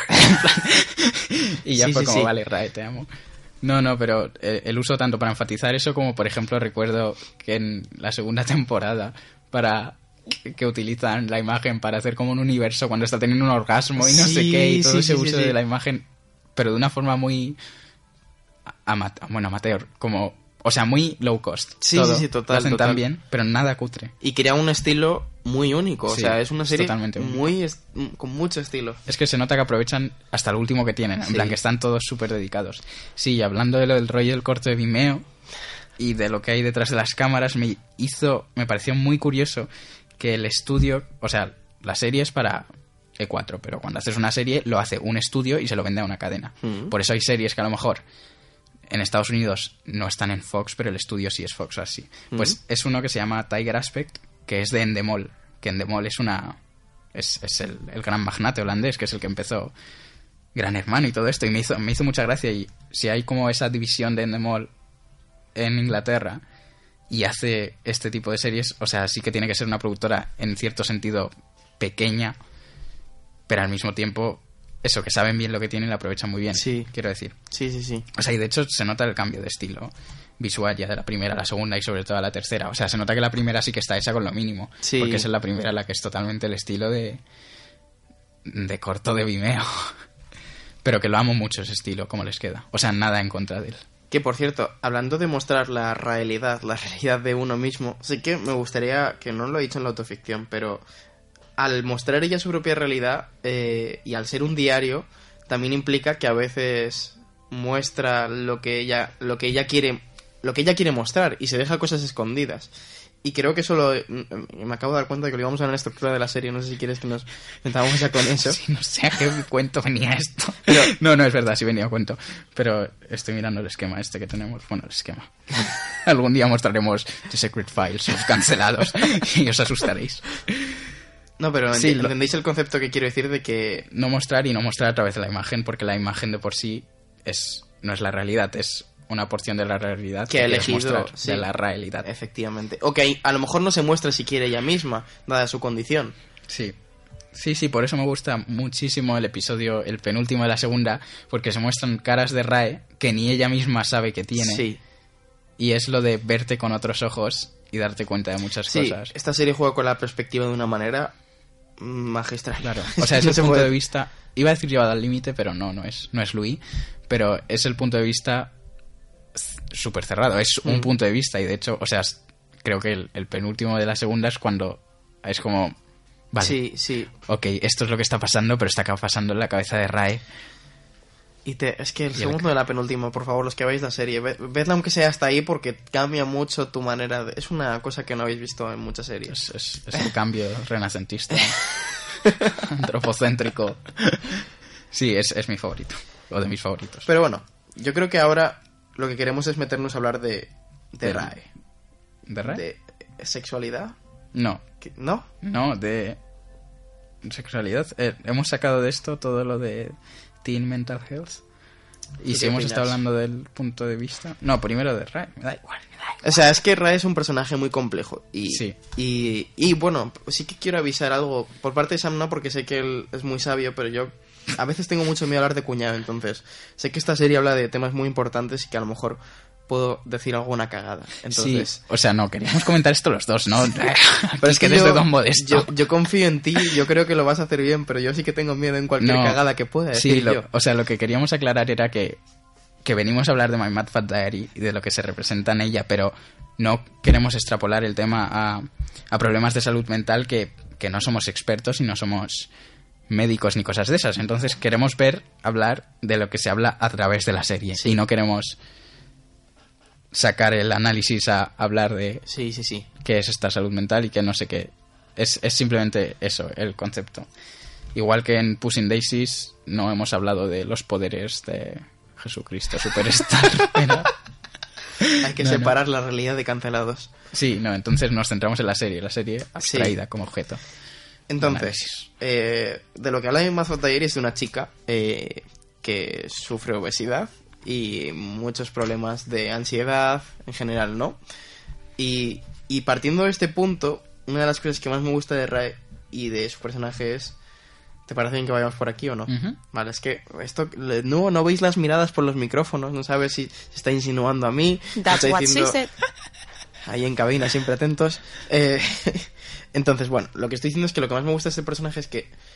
Y ya Sí, fue sí, como, sí. vale, Rae, te amo. No, no, pero eh, el uso tanto para enfatizar eso como, por ejemplo, recuerdo que en la segunda temporada para que, que utilizan la imagen para hacer como un universo cuando está teniendo un orgasmo y no sé Sí, qué, y todo sí, ese sí, sí, uso sí. de la imagen, pero de una forma muy ama- bueno, amateur, como O sea, muy low cost. Sí, todo. sí, sí, total, Lo hacen total. tan bien, pero nada cutre. Y crea un estilo muy único. O Sí, sea, es una es serie totalmente único. muy est- con mucho estilo. Es que se nota que aprovechan hasta lo último que tienen. En Sí. plan, que están todos súper dedicados. Sí, y hablando de lo del rollo del corto de Vimeo y de lo que hay detrás de las cámaras, me hizo, me pareció muy curioso que el estudio, o sea, la serie es para E cuatro, pero cuando haces una serie lo hace un estudio y se lo vende a una cadena. Mm. Por eso hay series que a lo mejor en Estados Unidos no están en Fox, pero el estudio sí es Fox, así. Pues Mm. es uno que se llama Tiger Aspect, que es de Endemol, que Endemol es una... es, es el, el gran magnate holandés, que es el que empezó Gran Hermano y todo esto, y me hizo, me hizo mucha gracia. Y si hay como esa división de Endemol en Inglaterra y hace este tipo de series, o sea, sí que tiene que ser una productora en cierto sentido pequeña, pero al mismo tiempo eso, que saben bien lo que tienen y lo aprovechan muy bien, Sí. quiero decir. Sí, sí, sí. O sea, y de hecho se nota el cambio de estilo visual ya de la primera a la segunda y sobre todo a la tercera. O sea, se nota que la primera sí que está hecha con lo mínimo. Sí. Porque es en la primera la que es totalmente el estilo de... de corto de Vimeo. Pero que lo amo mucho ese estilo, como les queda. O sea, nada en contra de él. Que, por cierto, hablando de mostrar la realidad, la realidad de uno mismo, sí que me gustaría, que no lo he dicho en la autoficción, pero al mostrar ella su propia realidad eh, y al ser un diario, también implica que a veces muestra lo que ella, lo que ella quiere, lo que ella quiere mostrar y se deja cosas escondidas. Y creo que eso lo... Me acabo de dar cuenta de que lo íbamos a ver en la estructura de la serie. No sé si quieres que nos metamos ya con eso. Sí, no sé a qué cuento venía esto. Pero- No, no, es verdad, sí venía a cuento. Pero estoy mirando el esquema este que tenemos. Bueno, el esquema. Algún día mostraremos The Secret Files of cancelados y os asustaréis. No, pero Sí, enti- lo- entendéis el concepto que quiero decir de que... No mostrar y no mostrar a través de la imagen, porque la imagen de por sí es no es la realidad, es una porción de la realidad Que ha quieres elegido, mostrar sí. de la realidad. Efectivamente. O que a lo mejor no se muestra siquiera ella misma, dada su condición. Sí. Sí, sí, por eso me gusta muchísimo el episodio, el penúltimo de la segunda, porque se muestran caras de Rae que ni ella misma sabe que tiene. Sí. Y es lo de verte con otros ojos y darte cuenta de muchas Sí, cosas. esta serie juega con la perspectiva de una manera magistral. Claro. O sea, es No el se punto puede- de vista... Iba a decir llevado al límite, pero no, no es, no es Louis. Pero es el punto de vista súper cerrado. Es un Mm. punto de vista y de hecho, o sea, es- creo que el, el penúltimo de la segunda es cuando es como... Vale, Sí, sí. ok, esto es lo que está pasando, pero está pasando en la cabeza de Rae. Y te, es que el Y el- segundo de la penúltima, por favor, los que veáis la serie, ve- vedla aunque sea hasta ahí porque cambia mucho tu manera de... Es una cosa que no habéis visto en muchas series. Es, es- es el cambio renacentista, antropocéntrico. Sí, es, es mi favorito, o de mis favoritos. Pero bueno, yo creo que ahora lo que queremos es meternos a hablar de... De ¿De Rae. ¿De Rae? De sexualidad. No, ¿Qué? ¿No? no, de sexualidad. Eh, hemos sacado de esto todo lo de teen mental health. Y ¿Tú si qué hemos opinas? estado hablando del punto de vista... No, primero de Rae, me da igual, me da igual. O sea, es que Rae es un personaje muy complejo. Y, Sí. y, y bueno, sí que quiero avisar algo. Por parte de Sam no, porque sé que él es muy sabio, pero yo a veces tengo mucho miedo a hablar de cuñado. Entonces, sé que esta serie habla de temas muy importantes y que a lo mejor puedo decir alguna cagada. Entonces, Sí, o sea, no, queríamos comentar esto los dos, ¿no? pero es que desde yo, Don Modesto. yo, yo confío en ti, yo creo que lo vas a hacer bien, pero yo sí que tengo miedo en cualquier No. cagada que pueda decir Sí, lo- yo. o sea, lo que queríamos aclarar era que, que venimos a hablar de My Mad Fat Diary y de lo que se representa en ella, pero no queremos extrapolar el tema a, a problemas de salud mental que, que no somos expertos y no somos médicos ni cosas de esas. Entonces queremos ver, hablar de lo que se habla a través de la serie Sí. y no queremos sacar el análisis a hablar de Sí, sí, sí. qué es esta salud mental y qué no sé qué. Es, es simplemente eso, el concepto. Igual que en Pushing Daisies no hemos hablado de los poderes de Jesucristo Superstar. pero- Hay que No, no. separar la realidad de cancelados. Sí, no, entonces nos centramos en la serie, la serie abstraída como objeto. Entonces, Análisis. eh, de lo que habla en Mad Fat Diary es de una chica eh, que sufre obesidad y muchos problemas de ansiedad en general, ¿no? Y, y partiendo de este punto, una de las cosas que más me gusta de Rae y de su personaje es... ¿Te parece bien que vayamos por aquí o no? Ujú. Vale, es que esto... le- No, no veis las miradas por los micrófonos, no sabes si se está insinuando a mí. That's está what she diciendo- said. Ahí en cabina, siempre atentos. Eh, entonces, bueno, lo que estoy diciendo es que lo que más me gusta de este personaje es que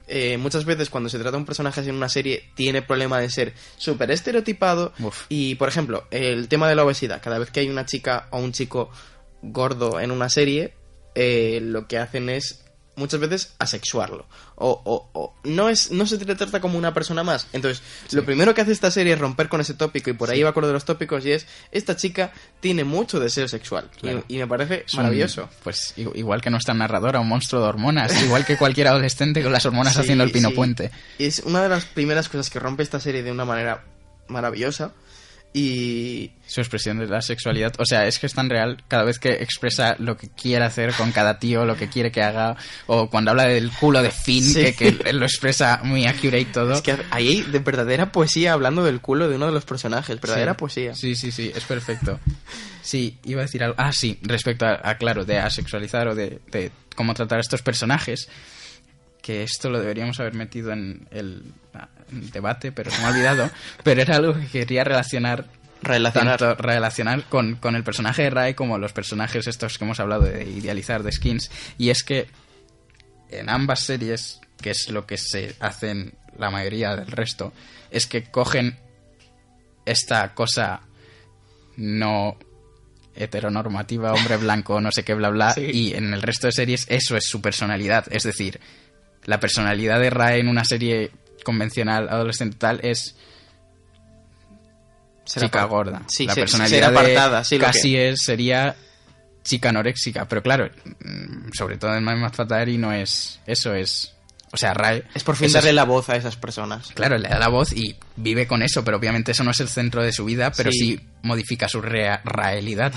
eh, muchas veces cuando se trata de un personaje así en una serie tiene problema de ser súper estereotipado. Uf. Y, por ejemplo, el tema de la obesidad. Cada vez que hay una chica o un chico gordo en una serie, eh, lo que hacen es muchas veces asexuarlo. O, o, o no es no se te trata como una persona más. Entonces, sí. lo primero que hace esta serie es romper con ese tópico, y por ahí sí. va con lo de los tópicos, y es, esta chica tiene mucho deseo sexual. Claro. Y, y me parece Es maravilloso. un, pues igual que nuestra narradora, un monstruo de hormonas, igual que cualquier adolescente con las hormonas Sí, haciendo el pino sí. puente. Y es una de las primeras cosas que rompe esta serie de una manera maravillosa. Y Su expresión de la sexualidad, o sea, es que es tan real cada vez que expresa lo que quiere hacer con cada tío, lo que quiere que haga, o cuando habla del culo de Finn, Sí. que, que lo expresa muy accurate todo. es que ahí hay de verdadera poesía hablando del culo de uno de los personajes, verdadera Sí. poesía. Sí, sí, sí, es perfecto. Sí, iba a decir algo. Ah, sí, respecto a, a claro, de asexualizar o de, de cómo tratar a estos personajes, que esto lo deberíamos haber metido en el ah, debate, pero se me ha olvidado. Pero era algo que quería relacionar, Relacionar. tanto relacionar con, con el personaje de Rai como los personajes estos que hemos hablado de idealizar de Skins. Y es que en ambas series, que es lo que se hacen la mayoría del resto, es que cogen esta cosa no heteronormativa, hombre blanco, no sé qué, bla, bla, Sí. y en el resto de series eso es su personalidad. Es decir, la personalidad de Rae en una serie convencional adolescente tal es Será chica apar- gorda. Sí, la se- personalidad será de apartada, sí, lo que- Cassie es- sería chica anoréxica, pero claro, mm, sobre todo en My Mad Fat Diary no es eso, es, o sea, Rae Es por fin eso darle es- la voz a esas personas. Claro, le da la voz y vive con eso, pero obviamente eso no es el centro de su vida, pero sí, Sí. modifica su rea- realidad.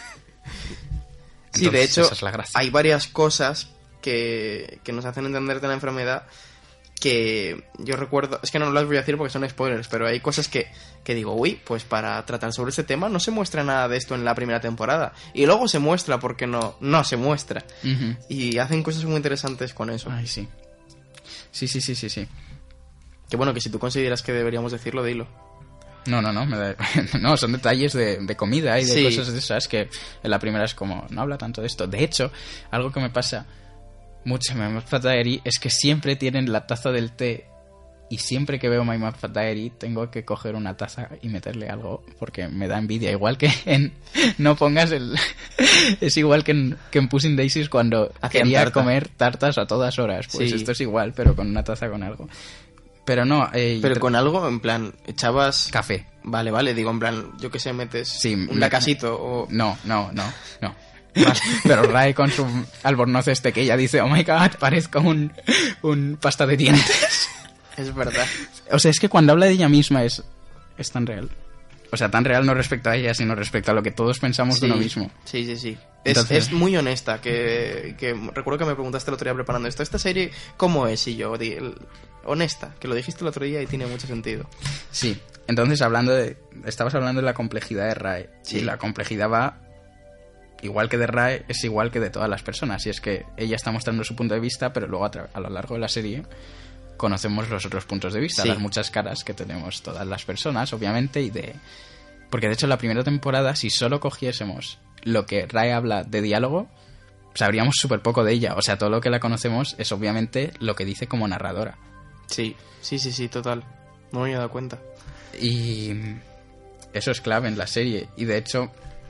Sí, de Entonces, hecho, esa es la gracia. hay varias cosas que, que nos hacen entender de la enfermedad que yo recuerdo, es que no las voy a decir porque son spoilers, pero hay cosas que, que digo, uy, pues para tratar sobre este tema no se muestra nada de esto en la primera temporada. Y luego se muestra porque no, no se muestra. Ujú. Y hacen cosas muy interesantes con eso. Ay, sí. Sí, sí, sí, sí, sí. Que bueno, que si tú consideras que deberíamos decirlo, dilo. No, no, no, me da- no, son detalles de, de comida y de Sí. cosas de esas que en la primera es como, no habla tanto de esto. De hecho, algo que me pasa mucho en My Mad Fat Diary es que siempre tienen la taza del té y siempre que veo My Mad Fat Diary tengo que coger una taza y meterle algo porque me da envidia. Igual que en... No pongas el... Es igual que en, que en Pushing Daisies cuando Hacían quería tarta. comer tartas a todas horas. Pues Sí. esto es igual, pero con una taza con algo. Pero no... eh, Pero tra- con algo, en plan, echabas... Café. Vale, vale, digo, en plan, yo que sé, metes Sí, un me- lacasito o... No, no, no, no. Pero Rai con su albornoz este que ella dice, oh my god, parezco un, un pasta de dientes. Es verdad. O sea, es que cuando habla de ella misma es, es tan real. O sea, tan real no respecto a ella, sino respecto a lo que todos pensamos de uno mismo. Sí, sí, sí. Es, Entonces- es muy honesta, que, que recuerdo que me preguntaste el otro día preparando esto. ¿Esta serie cómo es? Y yo, di, el- honesta, que lo dijiste el otro día y tiene mucho sentido. Sí, entonces hablando de... Estabas hablando de la complejidad de Rai. Sí. Y la complejidad va... Igual que de Rai, es igual que de todas las personas. Y es que ella está mostrando su punto de vista, pero luego a, tra- a lo largo de la serie conocemos los otros puntos de vista, Sí. las muchas caras que tenemos todas las personas, obviamente, y de... Porque de hecho en la primera temporada, si solo cogiésemos lo que Rai habla de diálogo, sabríamos súper poco de ella. O sea, todo lo que la conocemos es obviamente lo que dice como narradora. Sí, sí, sí, sí, total. No me había dado cuenta. Y eso es clave en la serie. Y de hecho,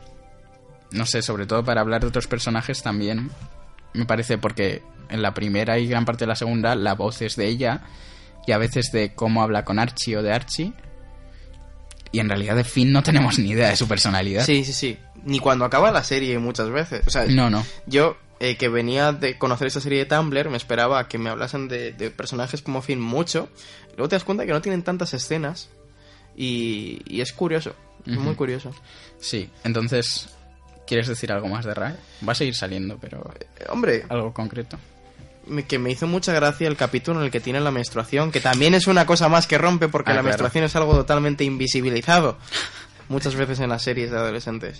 no sé, sobre todo para hablar de otros personajes también, me parece, porque en la primera y gran parte de la segunda la voz es de ella y a veces de cómo habla con Archie o de Archie. Y en realidad de Finn no tenemos ni idea de su personalidad. Sí, sí, sí. Ni cuando acaba la serie muchas veces. O sea, No, no. yo, eh, que venía de conocer esta serie de Tumblr, me esperaba a que me hablasen de, de personajes como Finn mucho. Luego te das cuenta que no tienen tantas escenas. Y, y es curioso. Es Ujú. muy curioso. Sí, entonces, ¿quieres decir algo más de Rai? Va a seguir saliendo, pero Eh, hombre, algo concreto. me- que me hizo mucha gracia el capítulo en el que tiene la menstruación, que también es una cosa más que rompe porque Ah, la claro. menstruación es algo totalmente invisibilizado muchas veces en las series de adolescentes.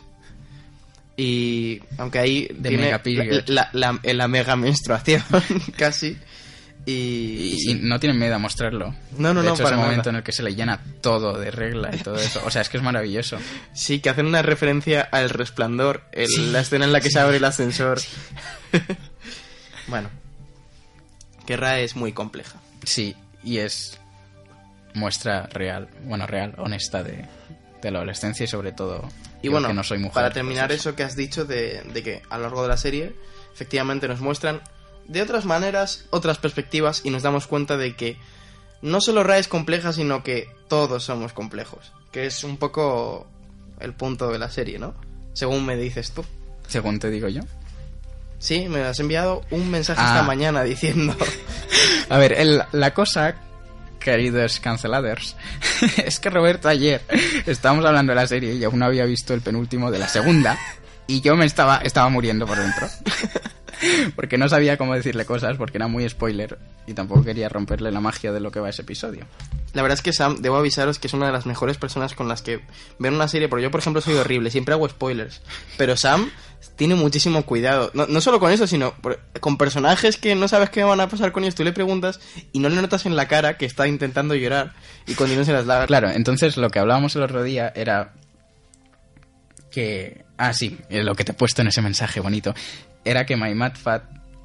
Y aunque ahí De tiene mega period. la, la, la- la mega menstruación casi. Y, Y, y no tienen miedo a mostrarlo. No, no, de no, hecho, para es el nada. momento en el que se le llena todo de regla y todo eso. O sea, es que es maravilloso. sí, que hacen una referencia al Resplandor, el- la escena en la que se abre el ascensor. Bueno. que Rae es muy compleja. Sí, y es muestra real, bueno, real, honesta de, de la adolescencia y sobre todo y bueno, que no soy mujer. Para terminar pues eso. eso que has dicho de, de que a lo largo de la serie efectivamente nos muestran de otras maneras, otras perspectivas y nos damos cuenta de que no solo Rae es compleja, sino que todos somos complejos, que es un poco el punto de la serie, ¿no? Según me dices tú. Según te digo yo. Sí, me has enviado un mensaje ah. esta mañana diciendo... A ver, el, la cosa, queridos canceladers, es que Roberto ayer estábamos hablando de la serie y aún no había visto el penúltimo de la segunda y yo me estaba, estaba muriendo por dentro. Porque no sabía cómo decirle cosas, porque era muy spoiler y tampoco quería romperle la magia de lo que va ese episodio. La verdad es que Sam, debo avisaros que es una de las mejores personas con las que ven una serie, porque yo, por ejemplo, soy horrible, siempre hago spoilers, pero Sam tiene muchísimo cuidado, no, no solo con eso, sino por, con personajes que no sabes qué van a pasar con ellos, tú le preguntas y no le notas en la cara que está intentando llorar y continúa en las lágrimas. Claro, entonces lo que hablábamos el otro día era que... Ah, sí, lo que te he puesto en ese mensaje bonito, era que My Mad Fat,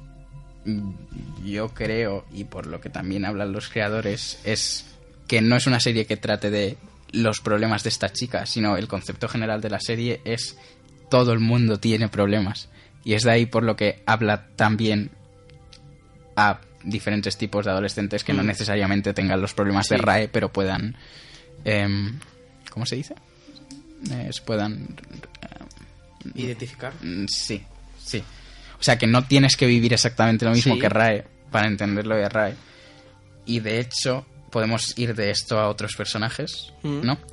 yo creo, y por lo que también hablan los creadores, es que no es una serie que trate de los problemas de esta chica, sino el concepto general de la serie es todo el mundo tiene problemas. Y es de ahí por lo que habla también a diferentes tipos de adolescentes que mm. no necesariamente tengan los problemas sí. de Rae, pero puedan... Eh, ¿Cómo se dice? Eh, puedan... Eh, ¿Identificar? Sí, sí. O sea, que no tienes que vivir exactamente lo mismo sí. que Rae para entenderlo de Rae. Y de hecho, podemos ir de esto a otros personajes, mm. ¿no?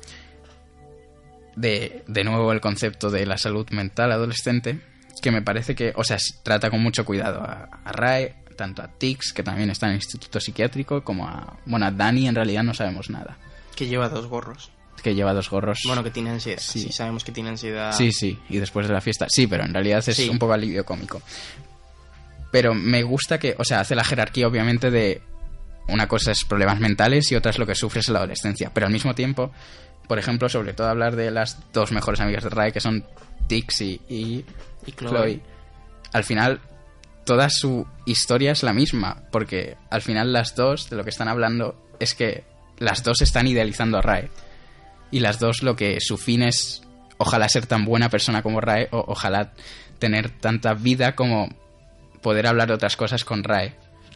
De, de nuevo el concepto de la salud mental adolescente, que me parece que, o sea, trata con mucho cuidado a, a Rae, tanto a Tix, que también está en el instituto psiquiátrico, como a... Bueno, a Dani en realidad no sabemos nada. Que lleva dos gorros. Que lleva dos gorros. Bueno, que tiene ansiedad. Sí. sí, sabemos que tiene ansiedad. Sí, sí, y después de la fiesta. Sí, pero en realidad es sí. un poco alivio cómico. Pero me gusta que, o sea, hace la jerarquía obviamente de una cosa es problemas mentales y otra es lo que sufres en la adolescencia. Pero al mismo tiempo, por ejemplo, sobre todo hablar de las dos mejores amigas de Rae, que son Tix y, y, y Chloe. Chloe. Al final, toda su historia es la misma, porque al final las dos, de lo que están hablando, es que las dos están idealizando a Rae. Y las dos lo que su fin es ojalá ser tan buena persona como Rae, o ojalá tener tanta vida como poder hablar de otras cosas con Rae.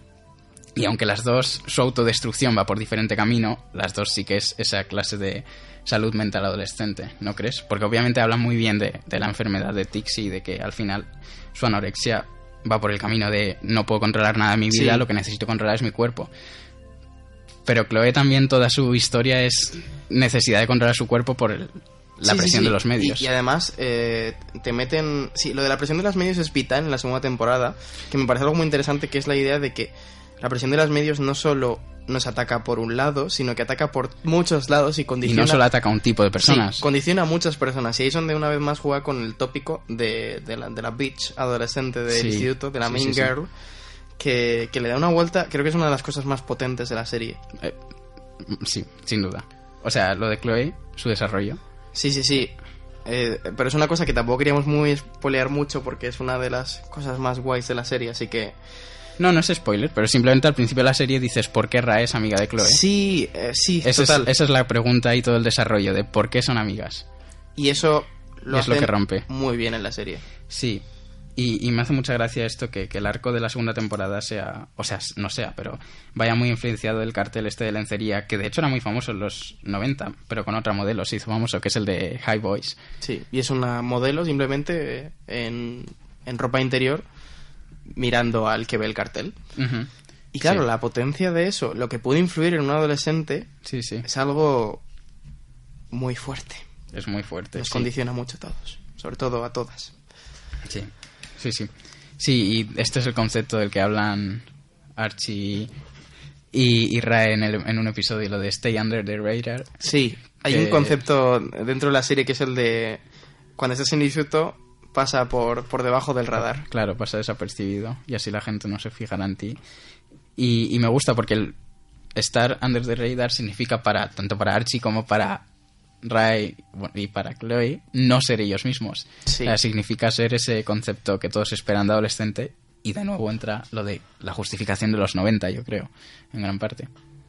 Y aunque las dos, su autodestrucción va por diferente camino, las dos sí que es esa clase de salud mental adolescente, ¿no crees? Porque obviamente hablan muy bien de, de la enfermedad de Tix y de que al final su anorexia va por el camino de no puedo controlar nada de mi vida, sí. lo que necesito controlar es mi cuerpo. Pero Chloe también, toda su historia es necesidad de controlar su cuerpo por el, la sí, presión sí, sí. de los medios. Y, y además eh, te meten... Sí, lo de la presión de los medios es vital en la segunda temporada, que me parece algo muy interesante, que es la idea de que la presión de los medios no solo nos ataca por un lado, sino que ataca por muchos lados y condiciona... Y no solo ataca a un tipo de personas. Sí, condiciona a muchas personas. Y ahí es donde una vez más juega con el tópico de, de, la, de la bitch adolescente del sí. instituto, de la main sí, sí, girl... Sí. Que, que le da una vuelta, creo que es una de las cosas más potentes de la serie. Eh, sí, sin duda. O sea, lo de Chloe, su desarrollo. Sí, sí, sí. Eh, pero es una cosa que tampoco queríamos muy spoilear mucho porque es una de las cosas más guays de la serie, así que... No, no es spoiler, pero simplemente al principio de la serie dices ¿por qué Rae es amiga de Chloe? Sí, eh, sí, esa total. Es, esa es la pregunta y todo el desarrollo de por qué son amigas. Y eso lo es lo que rompe muy bien en la serie. Sí. Y, y me hace mucha gracia esto, que, que el arco de la segunda temporada sea, o sea, no sea, pero vaya muy influenciado del cartel este de lencería, que de hecho era muy famoso en los noventa, pero con otra modelo se hizo famoso, que es el de High Boys. Sí, y es una modelo simplemente en, en ropa interior mirando al que ve el cartel. Uh-huh. Y claro, sí. la potencia de eso, lo que puede influir en un adolescente, sí, sí. es algo muy fuerte. Es muy fuerte. Nos sí. condiciona mucho a todos, sobre todo a todas. Sí. Sí, sí. Sí, y este es el concepto del que hablan Archie y, y Rae en, el, en un episodio, lo de Stay Under the Radar. Sí, hay que... un concepto dentro de la serie que es el de cuando estás en el instituto pasa por, por debajo del radar. Claro, pasa desapercibido y así la gente no se fijará en ti. Y, y me gusta porque el estar Under the Radar significa para tanto para Archie como para Rae y para Chloe no ser ellos mismos. Sí. O sea, significa ser ese concepto que todos esperan de adolescente Y de nuevo entra lo de la justificación de los noventa, yo creo, en gran parte.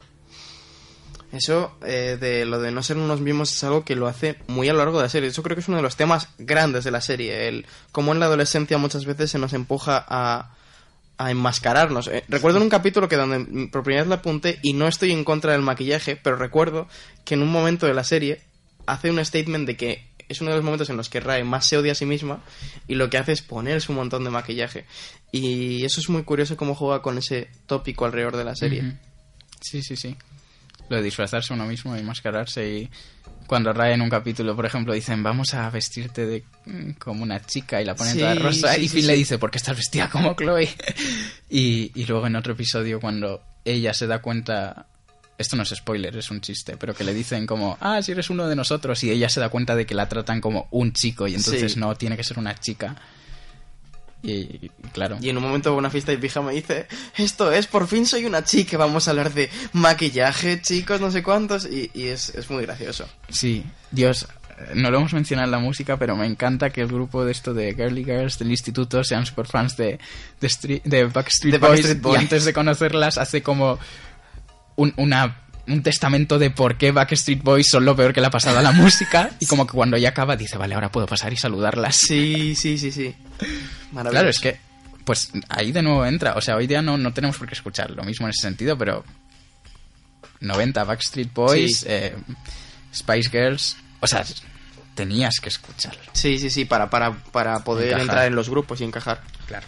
Eso eh, de lo de no ser unos mismos es algo que lo hace muy a lo largo de la serie. Eso creo que es uno de los temas grandes de la serie. El cómo en la adolescencia muchas veces se nos empuja a, a enmascararnos. Eh, recuerdo en un capítulo que donde por primera vez la apunté y no estoy en contra del maquillaje, pero recuerdo que en un momento de la serie hace un statement de que es uno de los momentos en los que Rae más se odia a sí misma y lo que hace es ponerse un montón de maquillaje. Y eso es muy curioso cómo juega con ese tópico alrededor de la serie. Uh-huh. Sí, sí, sí. Lo de disfrazarse uno mismo y mascararse. Y cuando Rae en un capítulo, por ejemplo, dicen vamos a vestirte de como una chica y la ponen sí, toda rosa, sí, y sí, Finn sí. le dice ¿por qué estás vestida como Chloe? y, y luego en otro episodio cuando ella se da cuenta, esto no es spoiler, es un chiste, pero que le dicen como ah, si eres uno de nosotros, y ella se da cuenta de que la tratan como un chico y entonces sí. no, tiene que ser una chica. Y, y claro. Y en un momento de una fiesta de pijama dice esto es, por fin soy una chica, vamos a hablar de maquillaje, chicos, no sé cuántos. Y, y es, es muy gracioso. Sí, Dios, no lo hemos mencionado en la música, pero me encanta que el grupo de esto de Girly Girls del instituto sean super fans de, de, Street, de Backstreet, de Boys, Backstreet Boys. Y antes de conocerlas hace como un, una... un testamento de por qué Backstreet Boys son lo peor que le ha pasado a la música, y como que cuando ya acaba dice, vale, ahora puedo pasar y saludarlas. Sí, sí, sí, sí. Maravilloso. Claro, es que pues ahí de nuevo entra, o sea, hoy día no, no tenemos por qué escuchar lo mismo en ese sentido, pero noventa Backstreet Boys, Sí. eh, Spice Girls, o sea, tenías que escucharlo. Sí, sí, sí, para, para, para poder Encajar. entrar en los grupos y encajar. Claro.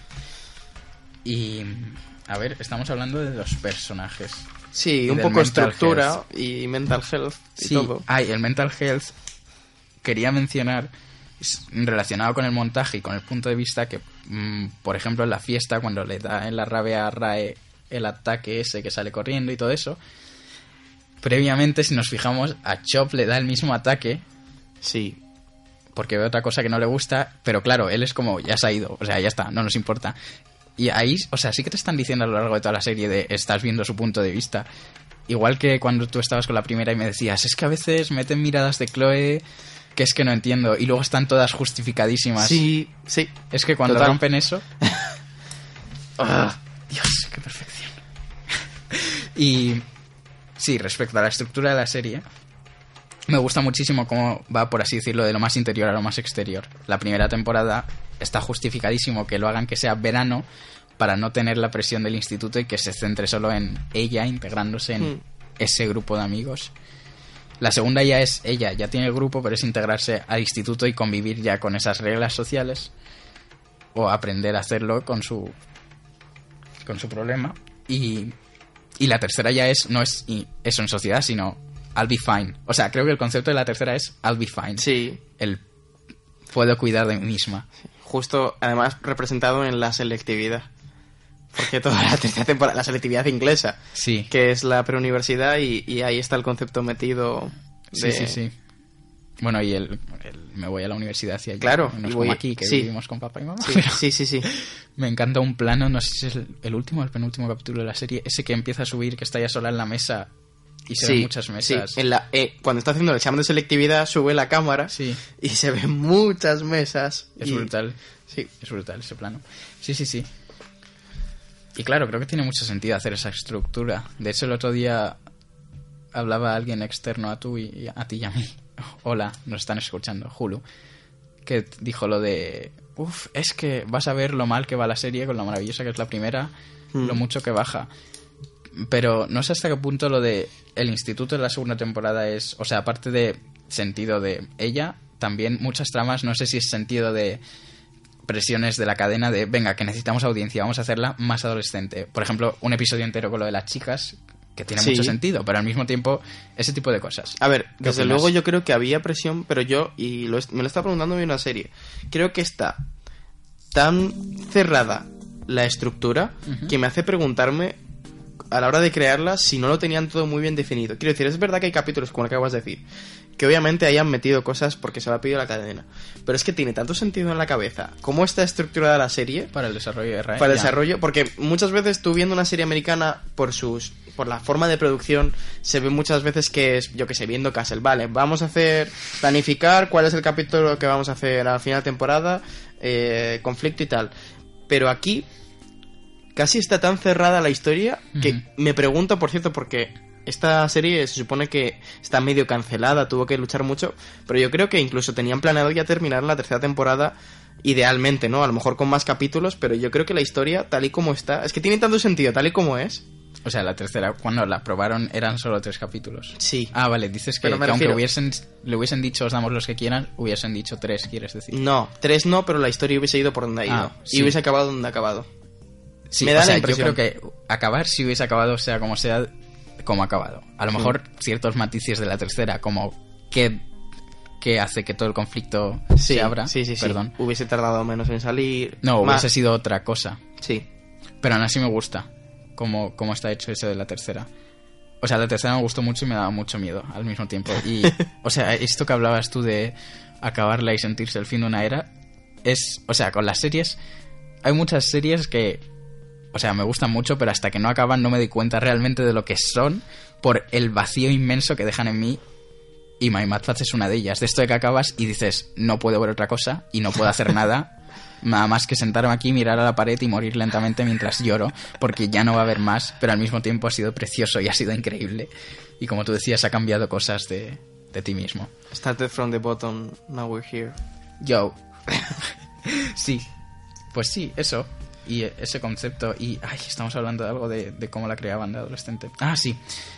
Y a ver, estamos hablando de los personajes. Sí, Y un del poco mental estructura y mental health y Sí, todo. ay, el mental health quería mencionar, es relacionado con el montaje y con el punto de vista que, mmm, por ejemplo, en la fiesta, cuando le da en la rabia a Rae el ataque ese que sale corriendo y todo eso, previamente, si nos fijamos, a Chop le da el mismo ataque Sí. porque ve otra cosa que no le gusta, pero claro, él es como, ya se ha ido, o sea, ya está, no nos importa. Y ahí, o sea, sí que te están diciendo a lo largo de toda la serie de estás viendo su punto de vista. Igual que cuando tú estabas con la primera y me decías, es que a veces meten miradas de Chloe que es que no entiendo, y luego están todas justificadísimas. Sí, sí. Es que cuando Total. rompen eso... ¡Oh, Dios, qué perfección! Y sí, respecto a la estructura de la serie, me gusta muchísimo cómo va, por así decirlo, de lo más interior a lo más exterior. La primera temporada está justificadísimo que lo hagan que sea verano para no tener la presión del instituto y que se centre solo en ella integrándose en Mm. ese grupo de amigos. La segunda ya es ella, ya tiene el grupo, pero es integrarse al instituto y convivir ya con esas reglas sociales o aprender a hacerlo con su con su problema. Y, y la tercera ya es, no es y eso en sociedad, sino I'll be fine. O sea, creo que el concepto de la tercera es I'll be fine. Sí. El puedo cuidar de mí misma. Justo, además, representado en la selectividad. Porque toda la tercera temporada, la selectividad inglesa, Sí. que es la preuniversidad, y, y ahí está el concepto metido de... Sí, sí, sí. Bueno, y el, el me voy a la universidad y allí, Claro, no es y voy- como aquí, que sí. vivimos con papá y mamá. Sí, pero sí, sí, sí. me encanta un plano, no sé si es el, el último o el penúltimo capítulo de la serie, ese que empieza a subir, que está ya sola en la mesa y se Sí, ven muchas mesas. sí. En la, eh, cuando está haciendo el examen de selectividad, sube la cámara Sí. y se ven muchas mesas. Es y- brutal. Sí. Es brutal ese plano. Sí, sí, sí. Y claro, creo que tiene mucho sentido hacer esa estructura. De hecho, el otro día hablaba alguien externo a tú y a ti y a mí. Hola, nos están escuchando, Hulu. Que dijo lo de... Uf, es que vas a ver lo mal que va la serie con lo maravillosa que es la primera, Mm. lo mucho que baja. Pero no sé hasta qué punto lo de el instituto de la segunda temporada es... O sea, aparte de sentido de ella, también muchas tramas, no sé si es sentido de presiones de la cadena de, venga, que necesitamos audiencia, vamos a hacerla más adolescente. Por ejemplo, un episodio entero con lo de las chicas, que tiene Sí. mucho sentido, pero al mismo tiempo, ese tipo de cosas. A ver, ¿Qué desde opinas? luego yo creo que había presión, pero yo, y lo est- me lo está preguntando viendo una serie, creo que está tan cerrada la estructura Ujú. que me hace preguntarme a la hora de crearla si no lo tenían todo muy bien definido. Quiero decir, es verdad que hay capítulos, como acabas de decir, que obviamente hayan metido cosas porque se lo ha pedido la cadena, pero es que tiene tanto sentido en la cabeza cómo está estructurada la serie Para el desarrollo de Rae. para el ya. desarrollo, porque muchas veces tú viendo una serie americana por sus por la forma de producción se ve muchas veces que es, yo que sé, viendo Castle, vale, vamos a hacer planificar cuál es el capítulo que vamos a hacer a final de temporada, eh, conflicto y tal, pero aquí casi está tan cerrada la historia que Ujú. me pregunto, por cierto, porque esta serie se supone que está medio cancelada, tuvo que luchar mucho, pero yo creo que incluso tenían planeado ya terminar la tercera temporada idealmente, ¿no? A lo mejor con más capítulos, pero yo creo que la historia, tal y como está, es que tiene tanto sentido, tal y como es. O sea, la tercera, cuando la probaron, eran solo tres capítulos. Sí. Ah, vale, dices que, Pero me que aunque refiero- hubiesen, le hubiesen dicho os damos los que quieran, hubiesen dicho tres, quieres decir. No, tres no, pero la historia hubiese ido por donde ha ido. Ah, Y sí. hubiese acabado donde ha acabado. Sí, me da o sea, la impresión. yo creo que acabar, si hubiese acabado, sea como sea, como ha acabado. A lo mejor ciertos matices de la tercera, como que, que hace que todo el conflicto Sí, se abra. sí, sí, sí. Perdón. Hubiese tardado menos en salir. No, más. hubiese sido otra cosa. Sí. Pero aún así me gusta cómo, cómo está hecho ese de la tercera. O sea, la tercera me gustó mucho y me daba mucho miedo al mismo tiempo. Y, o sea, esto que hablabas tú de acabarla y sentirse el fin de una era, es, o sea, con las series, hay muchas series que, o sea, me gustan mucho, pero hasta que no acaban no me doy cuenta realmente de lo que son por el vacío inmenso que dejan en mí. Y My Mad Fat es una de ellas. De esto de que acabas y dices, no puedo ver otra cosa y no puedo hacer nada. Nada más que sentarme aquí, mirar a la pared y morir lentamente mientras lloro, porque ya no va a haber más, pero al mismo tiempo ha sido precioso y ha sido increíble. Y como tú decías, ha cambiado cosas de, de ti mismo. Started from the bottom, now we're here. Yo. Sí. Pues sí, eso. Y ese concepto. Y, ay, estamos hablando de algo de, de cómo la creaban de adolescente. Ah, sí.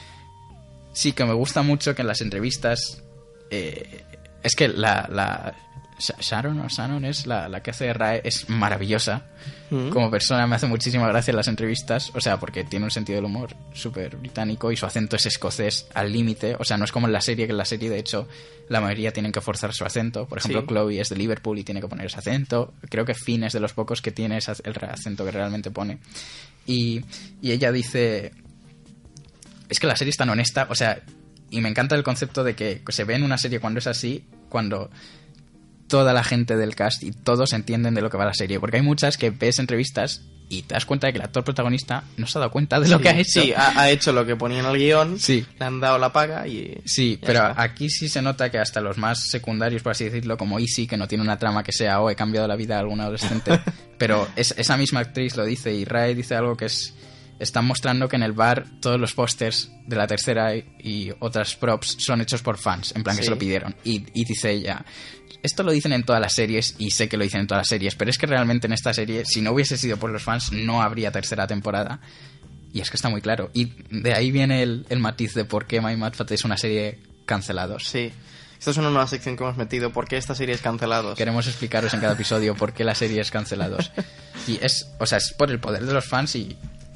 Sí, que me gusta mucho que en las entrevistas... eh, es que la... la Sharon o Shannon es la, la que hace Rae, es maravillosa. Mm. Como persona me hace muchísima gracia en las entrevistas. O sea, porque tiene un sentido del humor súper británico y su acento es escocés al límite. O sea, no es como en la serie, que en la serie de hecho la mayoría tienen que forzar su acento. Por ejemplo, Sí. Chloe es de Liverpool y tiene que poner ese acento. Creo que Finn es de los pocos que tiene ese, el acento que realmente pone. Y, y ella dice... Es que la serie es tan honesta, o sea, y me encanta el concepto de que se ve en una serie cuando es así, cuando toda la gente del cast y todos entienden de lo que va la serie, porque hay muchas que ves entrevistas y te das cuenta de que el actor protagonista no se ha dado cuenta de lo Sí, que ha hecho. Sí, ha, ha hecho lo que ponía en el guión, Sí. le han dado la paga y... Sí, ya pero está. aquí sí se nota que hasta los más secundarios, por así decirlo, como Easy, que no tiene una trama que sea, oh, he cambiado la vida de algún adolescente, pero es, esa misma actriz lo dice, y Rae dice algo que es... Están mostrando que en el bar todos los pósters de la tercera y, y otras props son hechos por fans, en plan que Sí. se lo pidieron. Y, y dice ella, esto lo dicen en todas las series y sé que lo dicen en todas las series, pero es que realmente en esta serie, si no hubiese sido por los fans, no habría tercera temporada. Y es que está muy claro. Y de ahí viene el, el matiz de por qué My Mad Fat es una serie cancelados. Sí. Esta es una nueva sección que hemos metido. ¿Por qué esta serie es cancelados? Queremos explicaros en cada episodio por qué la serie es cancelados. Y es, o sea, es por el poder de los fans y,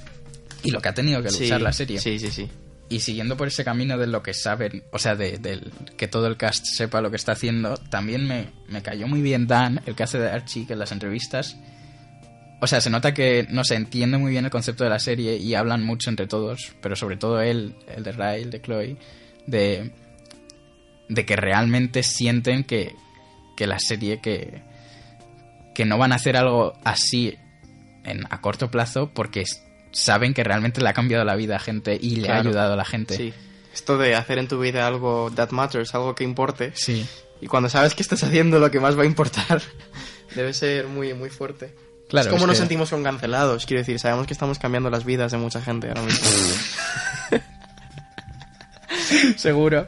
y lo que ha tenido que luchar Sí, la serie. Sí, sí, sí. Y siguiendo por ese camino de lo que saben, o sea, de, del que todo el cast sepa lo que está haciendo, también me, me cayó muy bien Dan, el que hace de Archie, que en las entrevistas... O sea, se nota que no se entiende muy bien el concepto de la serie y hablan mucho entre todos, pero sobre todo él, el de Rae, el de Chloe, de, de que realmente sienten que, que la serie, que, que no van a hacer algo así en, a corto plazo porque saben que realmente le ha cambiado la vida a gente y le Claro. ha ayudado a la gente. Sí. Esto de hacer en tu vida algo that matters, algo que importe. Sí. Y cuando sabes que estás haciendo lo que más va a importar, debe ser muy, muy fuerte. Claro, es como es nos que- sentimos con cancelados. Quiero decir, sabemos que estamos cambiando las vidas de mucha gente ahora mismo. Seguro.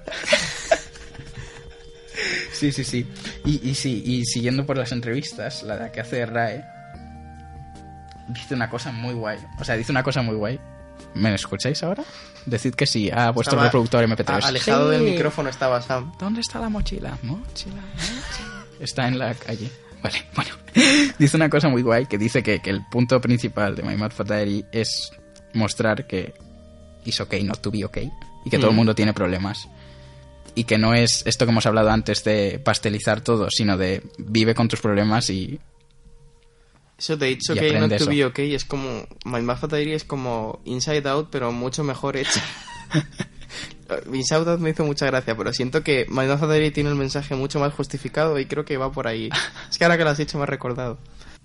Sí, sí, sí. Y, y sí, y siguiendo por las entrevistas, la que hace Rae dice una cosa muy guay. O sea, dice una cosa muy guay. ¿Me escucháis ahora? Decid que sí a vuestro Estaba reproductor eme pe tres. a- Alejado Sí. del micrófono estaba Sam. ¿Dónde está la mochila? Mochila, mochila. Está en la calle. Vale, bueno. Dice una cosa muy guay que dice que, que el punto principal de My Mad Fat Diary es mostrar que it's okay not to be okay y que todo el Mm. mundo tiene problemas. Y que no es esto que hemos hablado antes de pastelizar todo, sino de vive con tus problemas y... Eso de It's Y Okay Not aprende to eso. Be Okay es como... My Mad Fat Diary es como Inside Out, pero mucho mejor hecha. Inside Out me hizo mucha gracia, pero siento que My Mad Fat Diary tiene el mensaje mucho más justificado y creo que va por ahí. Es que ahora que lo has dicho me has recordado.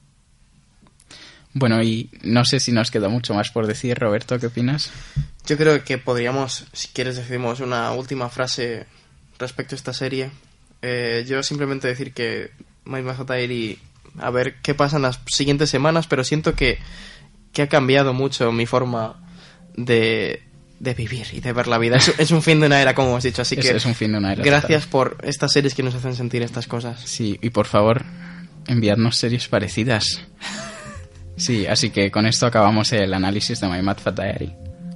Bueno, y no sé si nos queda mucho más por decir. Roberto, ¿qué opinas? Yo creo que podríamos, si quieres, decimos una última frase respecto a esta serie. Eh, yo simplemente decir que My Mad Fat Diary, a ver qué pasa en las siguientes semanas, pero siento que que ha cambiado mucho mi forma de, de vivir y de ver la vida. Es, es un fin de una era, como hemos dicho, así es, que es un fin de una era. Gracias total. por estas series que nos hacen sentir estas cosas. Sí, y por favor, enviadnos series parecidas. Sí, así que con esto acabamos el análisis de My Mad Fat Diary.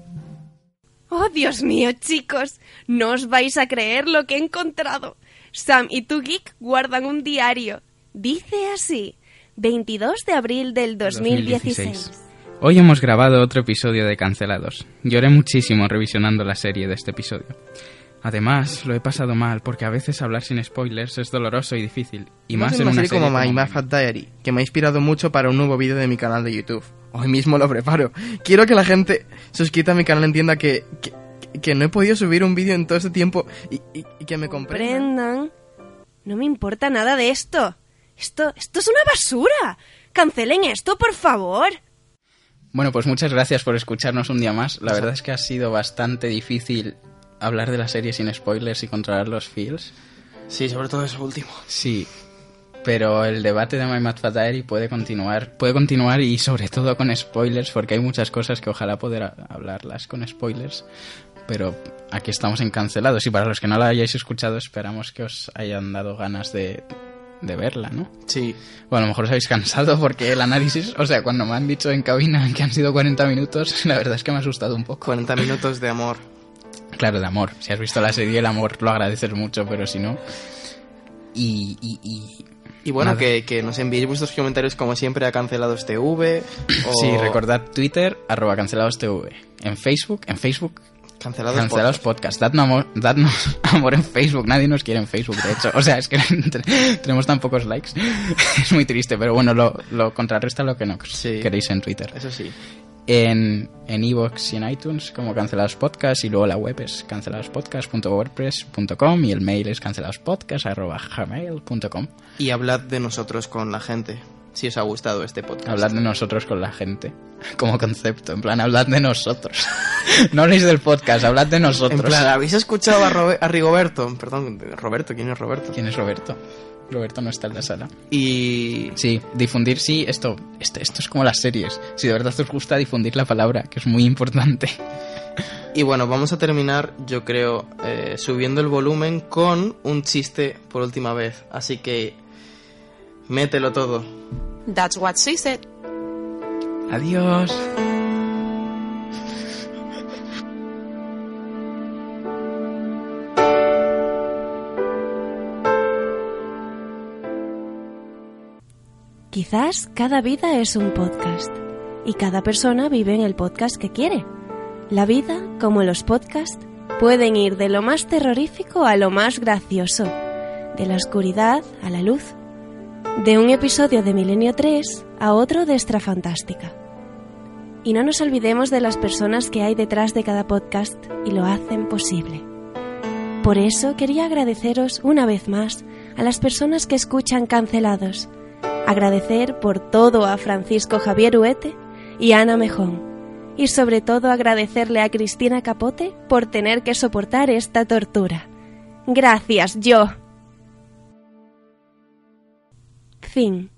¡Oh, Dios mío, chicos! No os vais a creer lo que he encontrado. Sam y tu geek guardan un diario. Dice así, veintidós de abril del dos mil dieciséis. Hoy hemos grabado otro episodio de Cancelados. Lloré muchísimo revisionando la serie de este episodio. Además, lo he pasado mal porque a veces hablar sin spoilers es doloroso y difícil. Y más, más en una serie como, como My Mad Fat Diary, que me ha inspirado mucho para un nuevo vídeo de mi canal de YouTube. Hoy mismo lo preparo. Quiero que la gente suscrita a mi canal entienda que, que, que no he podido subir un vídeo en todo este tiempo y, y, y que me comprendan. No me importa nada de esto. Esto, esto es una basura. Cancelen esto, por favor. Bueno, pues muchas gracias por escucharnos un día más. La verdad es que ha sido bastante difícil hablar de la serie sin spoilers y controlar los feels. Sí, sobre todo eso último. Sí, pero el debate de My Mad Fat Diary puede continuar, puede continuar y sobre todo con spoilers, porque hay muchas cosas que ojalá poder hablarlas con spoilers, pero aquí estamos en Cancelados y para los que no la hayáis escuchado esperamos que os hayan dado ganas de, de verla, ¿no? Sí. Bueno, a lo mejor os habéis cansado porque el análisis, o sea, cuando me han dicho en cabina que han sido cuarenta minutos, la verdad es que me ha asustado un poco. cuarenta minutos de amor. Claro, de amor. Si has visto la serie, el amor lo agradeces mucho, pero si no... Y... y, y... Y bueno, que, que nos enviéis vuestros comentarios como siempre a CanceladoSTV o... Sí, recordad Twitter, arroba CanceladoSTV. En Facebook, en Facebook... Cancelados, Cancelados Podcast. Podcast. Dadnos amor, dadnos amor en Facebook. Nadie nos quiere en Facebook, de hecho. O sea, es que tenemos tan pocos likes. Es muy triste, pero bueno, lo, lo contrarresta lo que no sí, queréis en Twitter. Eso sí. En en iVoox y en iTunes como Cancelados Podcast, y luego la web es canceladospodcast punto wordpress punto com y el mail es canceladospodcast arroba gmail punto com. Y hablad de nosotros con la gente, si os ha gustado este podcast. Hablad de nosotros con la gente, como concepto, en plan, hablad de nosotros. No habléis del podcast, hablad de nosotros. En plan, ¿habéis escuchado a, Robe- a Rigoberto? Perdón, Roberto, ¿quién es Roberto? ¿Quién es Roberto? Roberto no está en la sala. Y... Sí, difundir, sí, esto, esto, esto es como las series. Si de verdad os gusta, difundir la palabra, que es muy importante. Y bueno, vamos a terminar, yo creo, eh, subiendo el volumen con un chiste por última vez. Así que, mételo todo. That's what she said. Adiós. Quizás cada vida es un podcast y cada persona vive en el podcast que quiere. La vida, como los podcasts, pueden ir de lo más terrorífico a lo más gracioso, de la oscuridad a la luz, de un episodio de Milenio tres a otro de Extra Fantástica. Y no nos olvidemos de las personas que hay detrás de cada podcast y lo hacen posible. Por eso quería agradeceros una vez más a las personas que escuchan Cancelados. Agradecer por todo a Francisco Javier Huete y a Ana Mejón. Y sobre todo agradecerle a Cristina Capote por tener que soportar esta tortura. Gracias, yo. Fin.